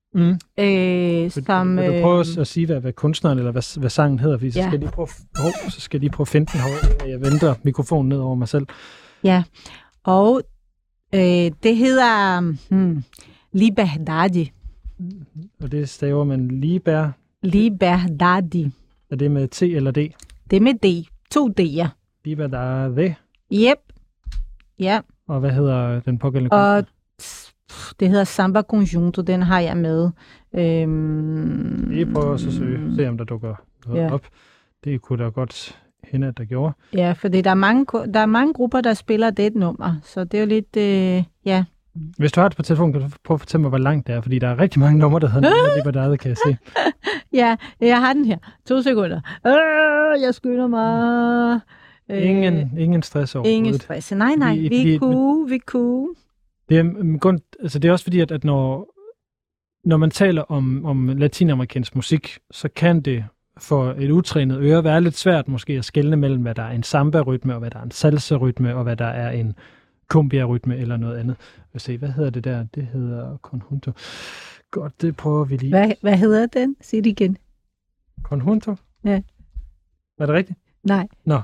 Mm. Øh, som, vil, vil du prøve at sige, hvad, hvad kunstneren eller hvad, hvad sangen hedder? Fordi så, ja. skal jeg lige prøve, oh, så skal jeg lige prøve at finde den herovre. Jeg venter mikrofonen ned over mig selv. Ja, og øh, det hedder hmm, Liberdade. Og det staver man Liber... Liberdade. Er det med T eller D? Det er med D. To D'er. Liberdade. Yep. Ja. Og hvad hedder den pågældende og det hedder Samba Conjunto, den har jeg med. Øhm, Vi prøver også at søge, se om der dukker noget ja. op. Det kunne da godt hende, at der gjorde. Ja, for der er, mange, der er mange grupper, der spiller det nummer, så det er jo lidt, øh, ja. Hvis du har det på telefonen, kan du prøve at fortælle mig, hvor langt det er, fordi der er rigtig mange numre, der hedder Liberdade, kan jeg se. Ja, jeg har den her. To sekunder. Øh, jeg skylder mig. Ingen, øh, ingen stress overhovedet. Ingen stress. Nej, nej, vi, vi er cool, vi er cool. Det er, grund, altså det er også fordi, at, at når, når man taler om, om latinamerikansk musik, så kan det for et utrænet øre være lidt svært måske at skelne mellem, hvad der er en samba-rytme, og hvad der er en salsa-rytme, og hvad der er en cumbia-rytme eller noget andet. Jeg se, hvad hedder det der? Det hedder conjunto. Godt, det prøver vi lige. Hvad, hvad hedder den? Sig det igen. Conjunto? Ja. Var det rigtigt? Nej. Nå.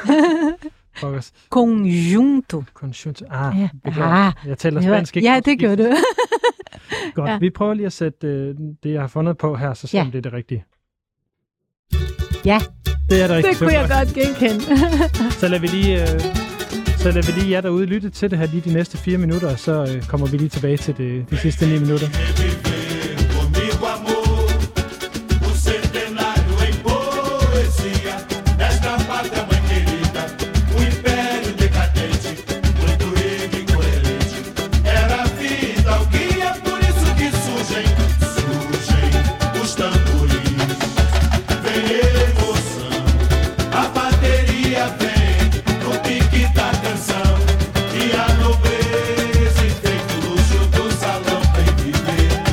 Conjunto. Conjunto. Ah, ja. ah, jeg taler spansk ikke. Ja, det gør du. Godt, ja. Vi prøver lige at sætte øh, det, jeg har fundet på her, så ser ja. det er det rigtige. Ja, det er det rigtige. Det kunne jeg godt genkende. Så lader vi lige, øh, så lader vi lige jer derude lytte til det her lige de næste fire minutter, og så øh, kommer vi lige tilbage til det, de sidste ni minutter. E a nobreza e feito luxo do salão tem viver.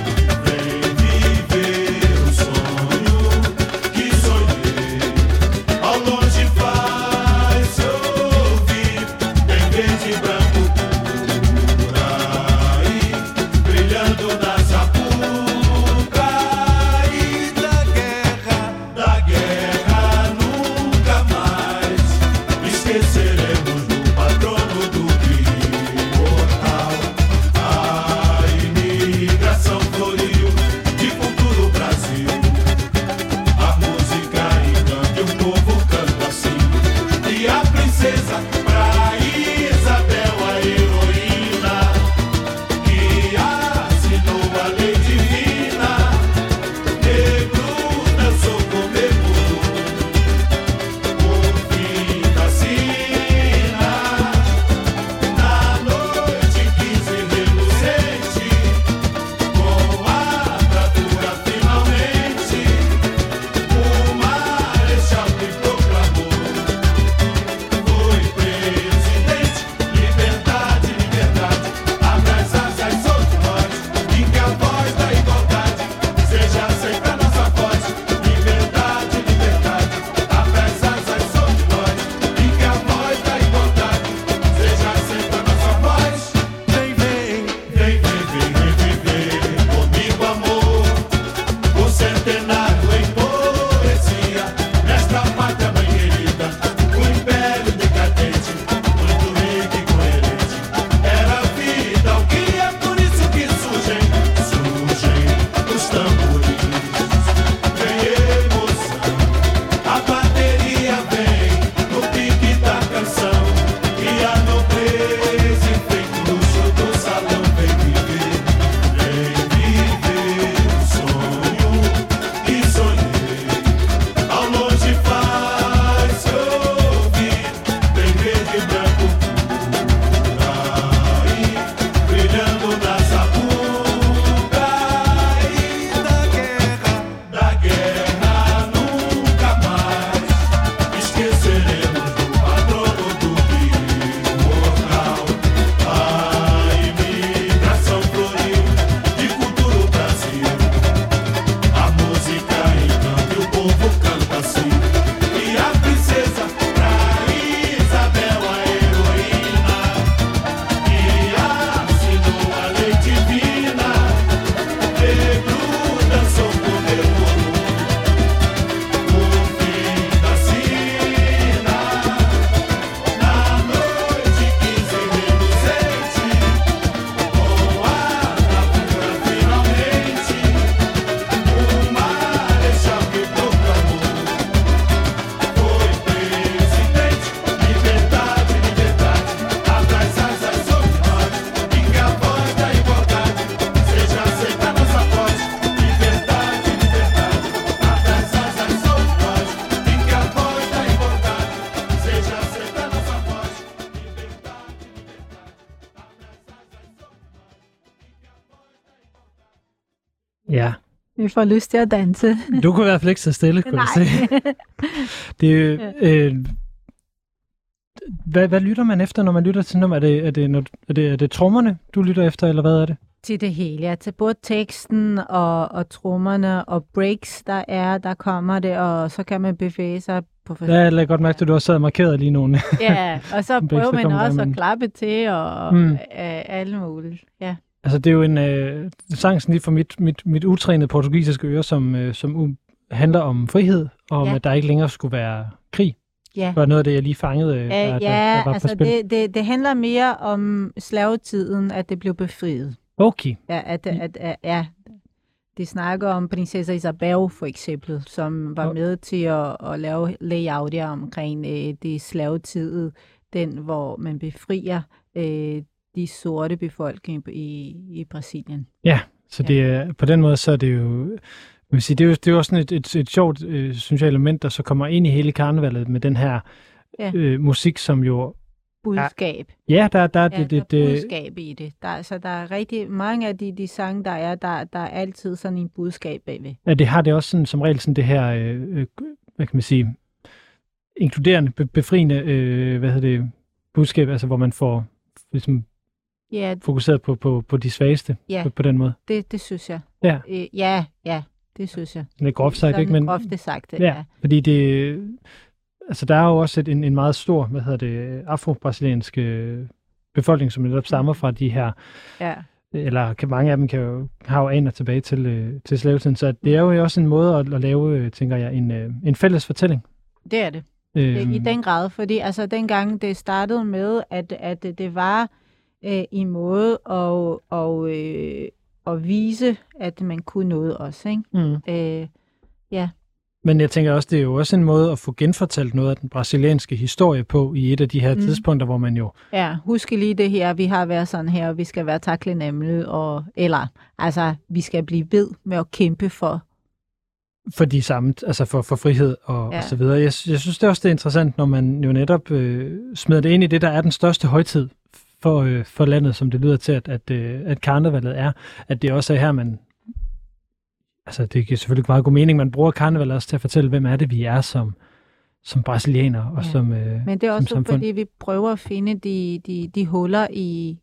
Ja. Vi får lyst til at danse. Du kunne i hvert fald ikke så stille, kunne jeg se. Det, øh, hvad, hvad lytter man efter, når man lytter til nummer? Er det, er det, når, er det, er det trommerne, du lytter efter, eller hvad er det? Til det hele, ja. Til både teksten og, og trommerne og breaks, der er, der kommer det, og så kan man bevæge sig på forskellige. Ja, jeg lader godt mærke, at du også sad og markeret lige nogle. Ja, og så prøver man også der, men... at klappe til og mm. øh, alle mulige. Ja. Altså, det er jo en øh, sang lige for mit, mit, mit utrænede portugisiske øre, som, øh, som um, handler om frihed, og om, ja. At der ikke længere skulle være krig. Ja. Det var noget af det, jeg lige fangede, øh, der, ja, der, der var altså på spil. Det, det, det handler mere om slavetiden, at det blev befriet. Okay. Ja, at, at, at, ja. De snakker om prinsesse Isabel, for eksempel, som var med til at, at lave layout omkring øh, det slavetid, den hvor man befrier øh, de sorte befolkning i, i Brasilien. Ja, så det er, på den måde, så er det jo, vil sige, det er jo, det er jo også sådan et, et, et sjovt, øh, synes jeg, element, der så kommer ind i hele karnevalet med den her ja. øh, musik, som jo budskab. Ja, der, der, ja, det, der det, det, er budskab i det. Der, så der er rigtig mange af de, de sange, der er, der, der er altid sådan en budskab bagved. Ja, det har det også sådan, som regel sådan det her, øh, hvad kan man sige, inkluderende, be, befriende, øh, hvad hedder det, budskab, altså hvor man får ligesom ja, fokuseret på, på, på de svageste ja, på, på den måde. Det, det synes jeg. Ja. Øh, ja, ja, det synes jeg. Det er groft sagt, ikke? Men groft sagt, det, ja, ja. Fordi det, altså der er jo også et, en, en meget stor, hvad hedder det, afro-brasilianske befolkning, som netop stammer fra de her, ja. eller kan, mange af dem kan jo, har jo aner tilbage til, øh, til slavetiden, så det er jo også en måde at, at lave, øh, tænker jeg, en, øh, en fælles fortælling. Det er det. Øhm. I den grad, fordi altså dengang det startede med, at, at det var øh, en måde at, og, øh, at vise, at man kunne noget også, ikke? Mm. Øh, ja. Men jeg tænker også, det er jo også en måde at få genfortalt noget af den brasilianske historie på i et af de her mm. tidspunkter, hvor man jo... Ja, husk lige det her, vi har været sådan her, og vi skal være taknemmelige, og eller altså, vi skal blive ved med at kæmpe for for de samme, altså for, for frihed og, ja. og så videre. Jeg, jeg synes det er også det er interessant, når man jo netop øh, smider det ind i det, der er den største højtid for, øh, for landet, som det lyder til, at, at, øh, at karnevalet er, at det også er her, man altså det giver selvfølgelig meget god mening, man bruger karnevalet også til at fortælle, hvem er det, vi er som, som brasilianere og ja. som øh, Men det er også som fordi, vi prøver at finde de, de, de huller i,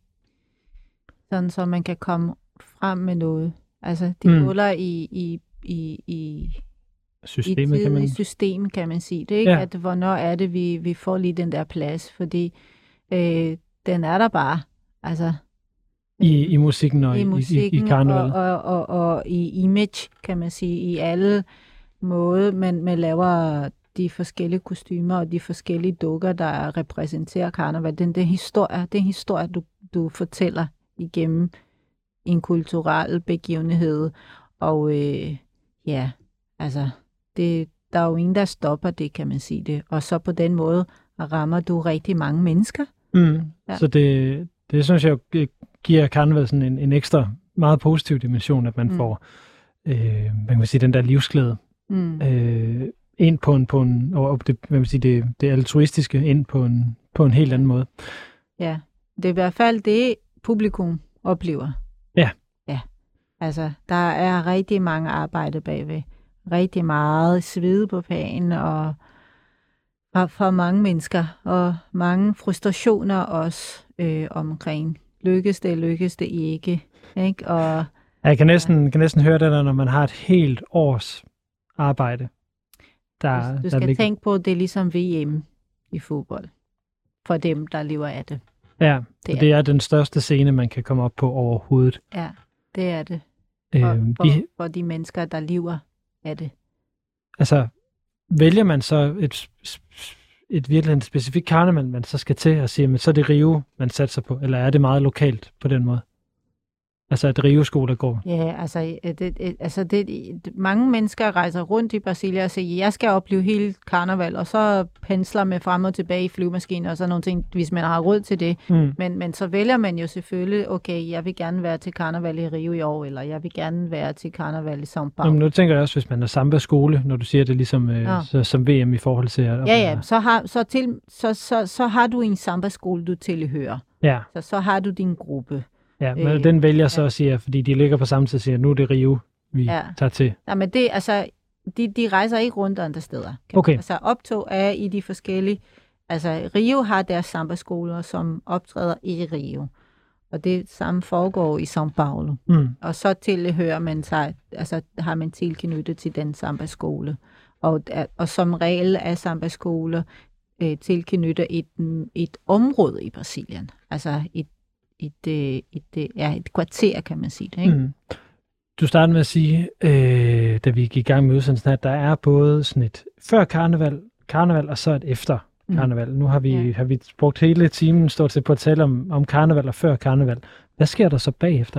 sådan så man kan komme frem med noget. Altså de mm. huller i, i i, i systemet, i kan man... i systemet, kan man sige det, ikke? Ja. At hvornår er det, vi, vi får lige den der plads, fordi øh, den er der bare, altså... I, i musikken og i, musikken i, i karnevalet. Og, og, og, og i image, kan man sige, i alle måder, man, man laver de forskellige kostymer og de forskellige dukker, der repræsenterer karneval. Den, den historie, den historie, du, du fortæller igennem en kulturel begivenhed, og øh, ja, altså, det, der er jo ingen, der stopper det, kan man sige det. Og så på den måde rammer du rigtig mange mennesker. Mm. Ja. Så det, det synes jeg giver karneval sådan en, en ekstra meget positiv dimension, at man mm. får, øh, hvad kan man sige, den der livsglæde mm. øh, ind på en, på en og det, hvad man sige, det, det altruistiske ind på en, på en helt anden måde. Ja, det er i hvert fald det, publikum oplever. Ja. Ja. Altså, der er rigtig mange arbejde bagved. Rigtig meget svede på pænen, og for, for mange mennesker, og mange frustrationer også øh, omkring, lykkes det, lykkes det ikke. Ikke? Og, jeg kan næsten, ja. kan næsten høre det, der, når man har et helt års arbejde. Der, du skal der ligger... tænke på, at det er ligesom V M i fodbold, for dem, der lever af det. Ja, det er, det er den største scene, man kan komme op på overhovedet. Ja, det er det. For, øhm, for, de, for de mennesker, der lever af det. Altså, vælger man så et, et virkelig specifikt karneval, man så skal til at sige, men så er det Rio, man satser på, eller er det meget lokalt på den måde? Altså at Rio-skoler går? Ja, altså, det, det, altså det, mange mennesker rejser rundt i Brasilien og siger, jeg skal opleve hele karneval, og så pensler med frem og tilbage i flyvemaskiner og sådan nogle ting, hvis man har råd til det. Mm. Men, men så vælger man jo selvfølgelig, okay, jeg vil gerne være til karneval i Rio i år, eller jeg vil gerne være til karneval i São Paulo. Jamen, nu tænker jeg også, hvis man er samba-skole, når du siger det ligesom øh, ja. så, som V M i forhold til... At, ja, ja, så har, så, til, så, så, så har du en samba-skole, du tilhører. Ja. Så, så har du din gruppe. Ja, men øh, den vælger så ja. at sige, fordi de ligger på samme tid og siger, nu er det Rio, vi ja. tager til? Ja, men det, altså, de, de rejser ikke rundt andre steder. Okay. Altså, optog er i de forskellige... Altså, Rio har deres samba-skoler, som optræder i Rio. Og det samme foregår i São Paulo. Mm. Og så tilhører man sig, altså har man tilknyttet til den samba-skole. Og, og som regel er samba-skoler øh, tilknyttet et, et område i Brasilien. Altså et, et, et, et, ja, et kvarter, kan man sige det, ikke? Mm. Du startede med at sige, øh, da vi gik i gang med udsendelsen, at der er både sådan et før karneval, karneval og så et efter karneval. Mm. Nu har vi, ja. har vi brugt hele timen stort set på at tale om, om karneval og før karneval. Hvad sker der så bagefter?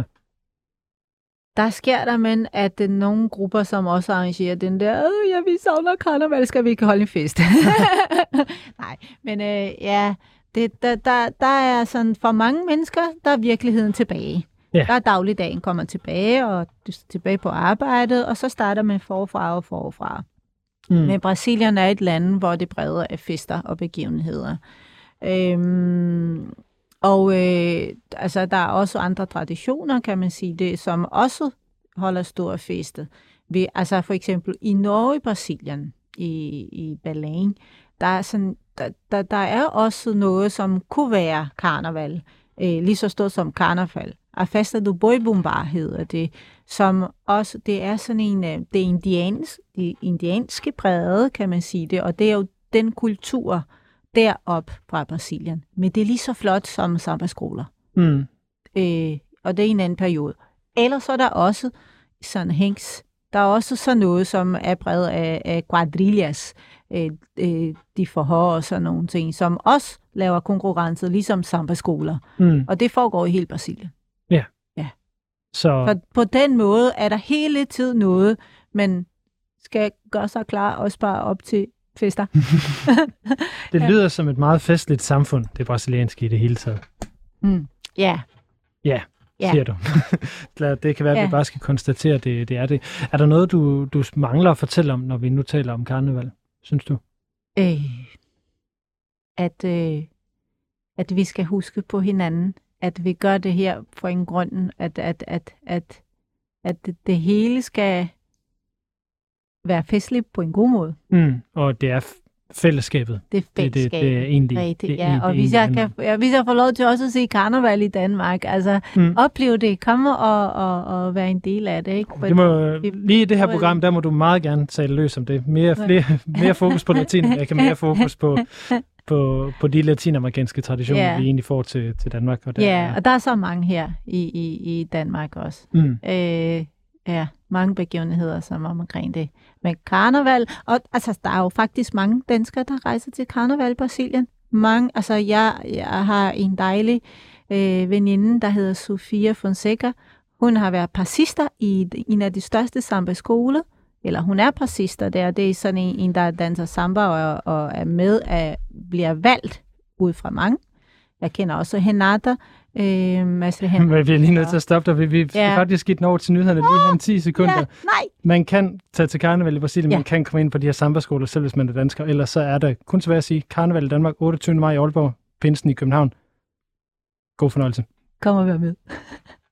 Der sker der, men at uh, nogle grupper, som også arrangerer den der, øh, ja, vi savner karneval, skal vi ikke holde en fest? Nej, men øh, ja, det, der, der, der er sådan, for mange mennesker, der er virkeligheden tilbage. Ja. Der er dagligdagen kommer tilbage, og du er tilbage på arbejdet, og så starter man forfra og forfra. Mm. Men Brasilien er et land, hvor det breder af fester og begivenheder. Øhm, og øh, altså, der er også andre traditioner, kan man sige det, som også holder store fester. Vi, altså for eksempel i Norge, Brasilien, i, i Belém, der er, sådan, der, der, der er også noget, som kunne være karneval, øh, lige så stort som karneval. A Festa do Boi Bumbá hedder det, som også, det er sådan en, det indians, det indianske brede, kan man sige det, og det er jo den kultur derop fra Brasilien. Men det er lige så flot som samba-skoler. Mm. Øh, og det er en anden periode. Ellers er der også sådan hængs, der er også sådan noget, som er bredt af, af quadrillas, øh, øh, de forhår og sådan nogle ting, som også laver konkurrencer, ligesom samba-skoler. Mm. Og det foregår i hele Brasilien. Ja. Ja. Så... Så på den måde er der hele tiden noget, men skal gøre sig klar og spare op til fester. Det lyder ja. som et meget festligt samfund, det brasilianske i det hele taget. Mm. Ja. Ja, siger du. Det kan være, at ja. vi bare skal konstatere, at det, det er det. Er der noget, du, du mangler at fortælle om, når vi nu taler om karneval, synes du? Øh, at, øh, at vi skal huske på hinanden. At vi gør det her for en grund, at, at, at, at, at det hele skal være festligt på en god måde. Mm, og det er fællesskabet. Det er fællesskabet. Det, det, det er egentlig, rigtigt, det, ja. Og hvis jeg, kan, ja, hvis jeg får lov til også at se karneval i Danmark, altså mm. opleve det, komme og, og, og være en del af det. Ikke? Det må, lige i det her program, der må du meget gerne tale løs om det. Mere, flere, mere fokus på Latinamerika, mere fokus på... På, på de latinamerikanske traditioner, yeah. vi egentlig får til, til Danmark. Og der, ja, og der er så mange her i, i, i Danmark også. Mm. Øh, ja, mange begivenheder, som er omkring det. Men karneval, og altså, der er jo faktisk mange danskere, der rejser til karneval i Brasilien. Mange, altså, jeg, jeg har en dejlig øh, veninde, der hedder Sofia Fonseca. Hun har været passista i en af de største samba-skoler. Eller hun er prassister der, det er sådan en, en der danser samba og, og er med, at bliver valgt ud fra mange. Jeg kender også Renata. Øh, altså Renata. Vi er lige nødt til at stoppe dig. Vi, vi skal ja. faktisk give den over til nyhederne lige om ti sekunder. Ja, nej. Man kan tage til karneval i Brasilien, ja. man kan komme ind på de her samba-skoler, selv hvis man er dansker. Ellers så er der kun tilbage at sige, karneval i Danmark, otteogtyvende maj i Aalborg, Pinsen i København. God fornøjelse. Kom og vær med.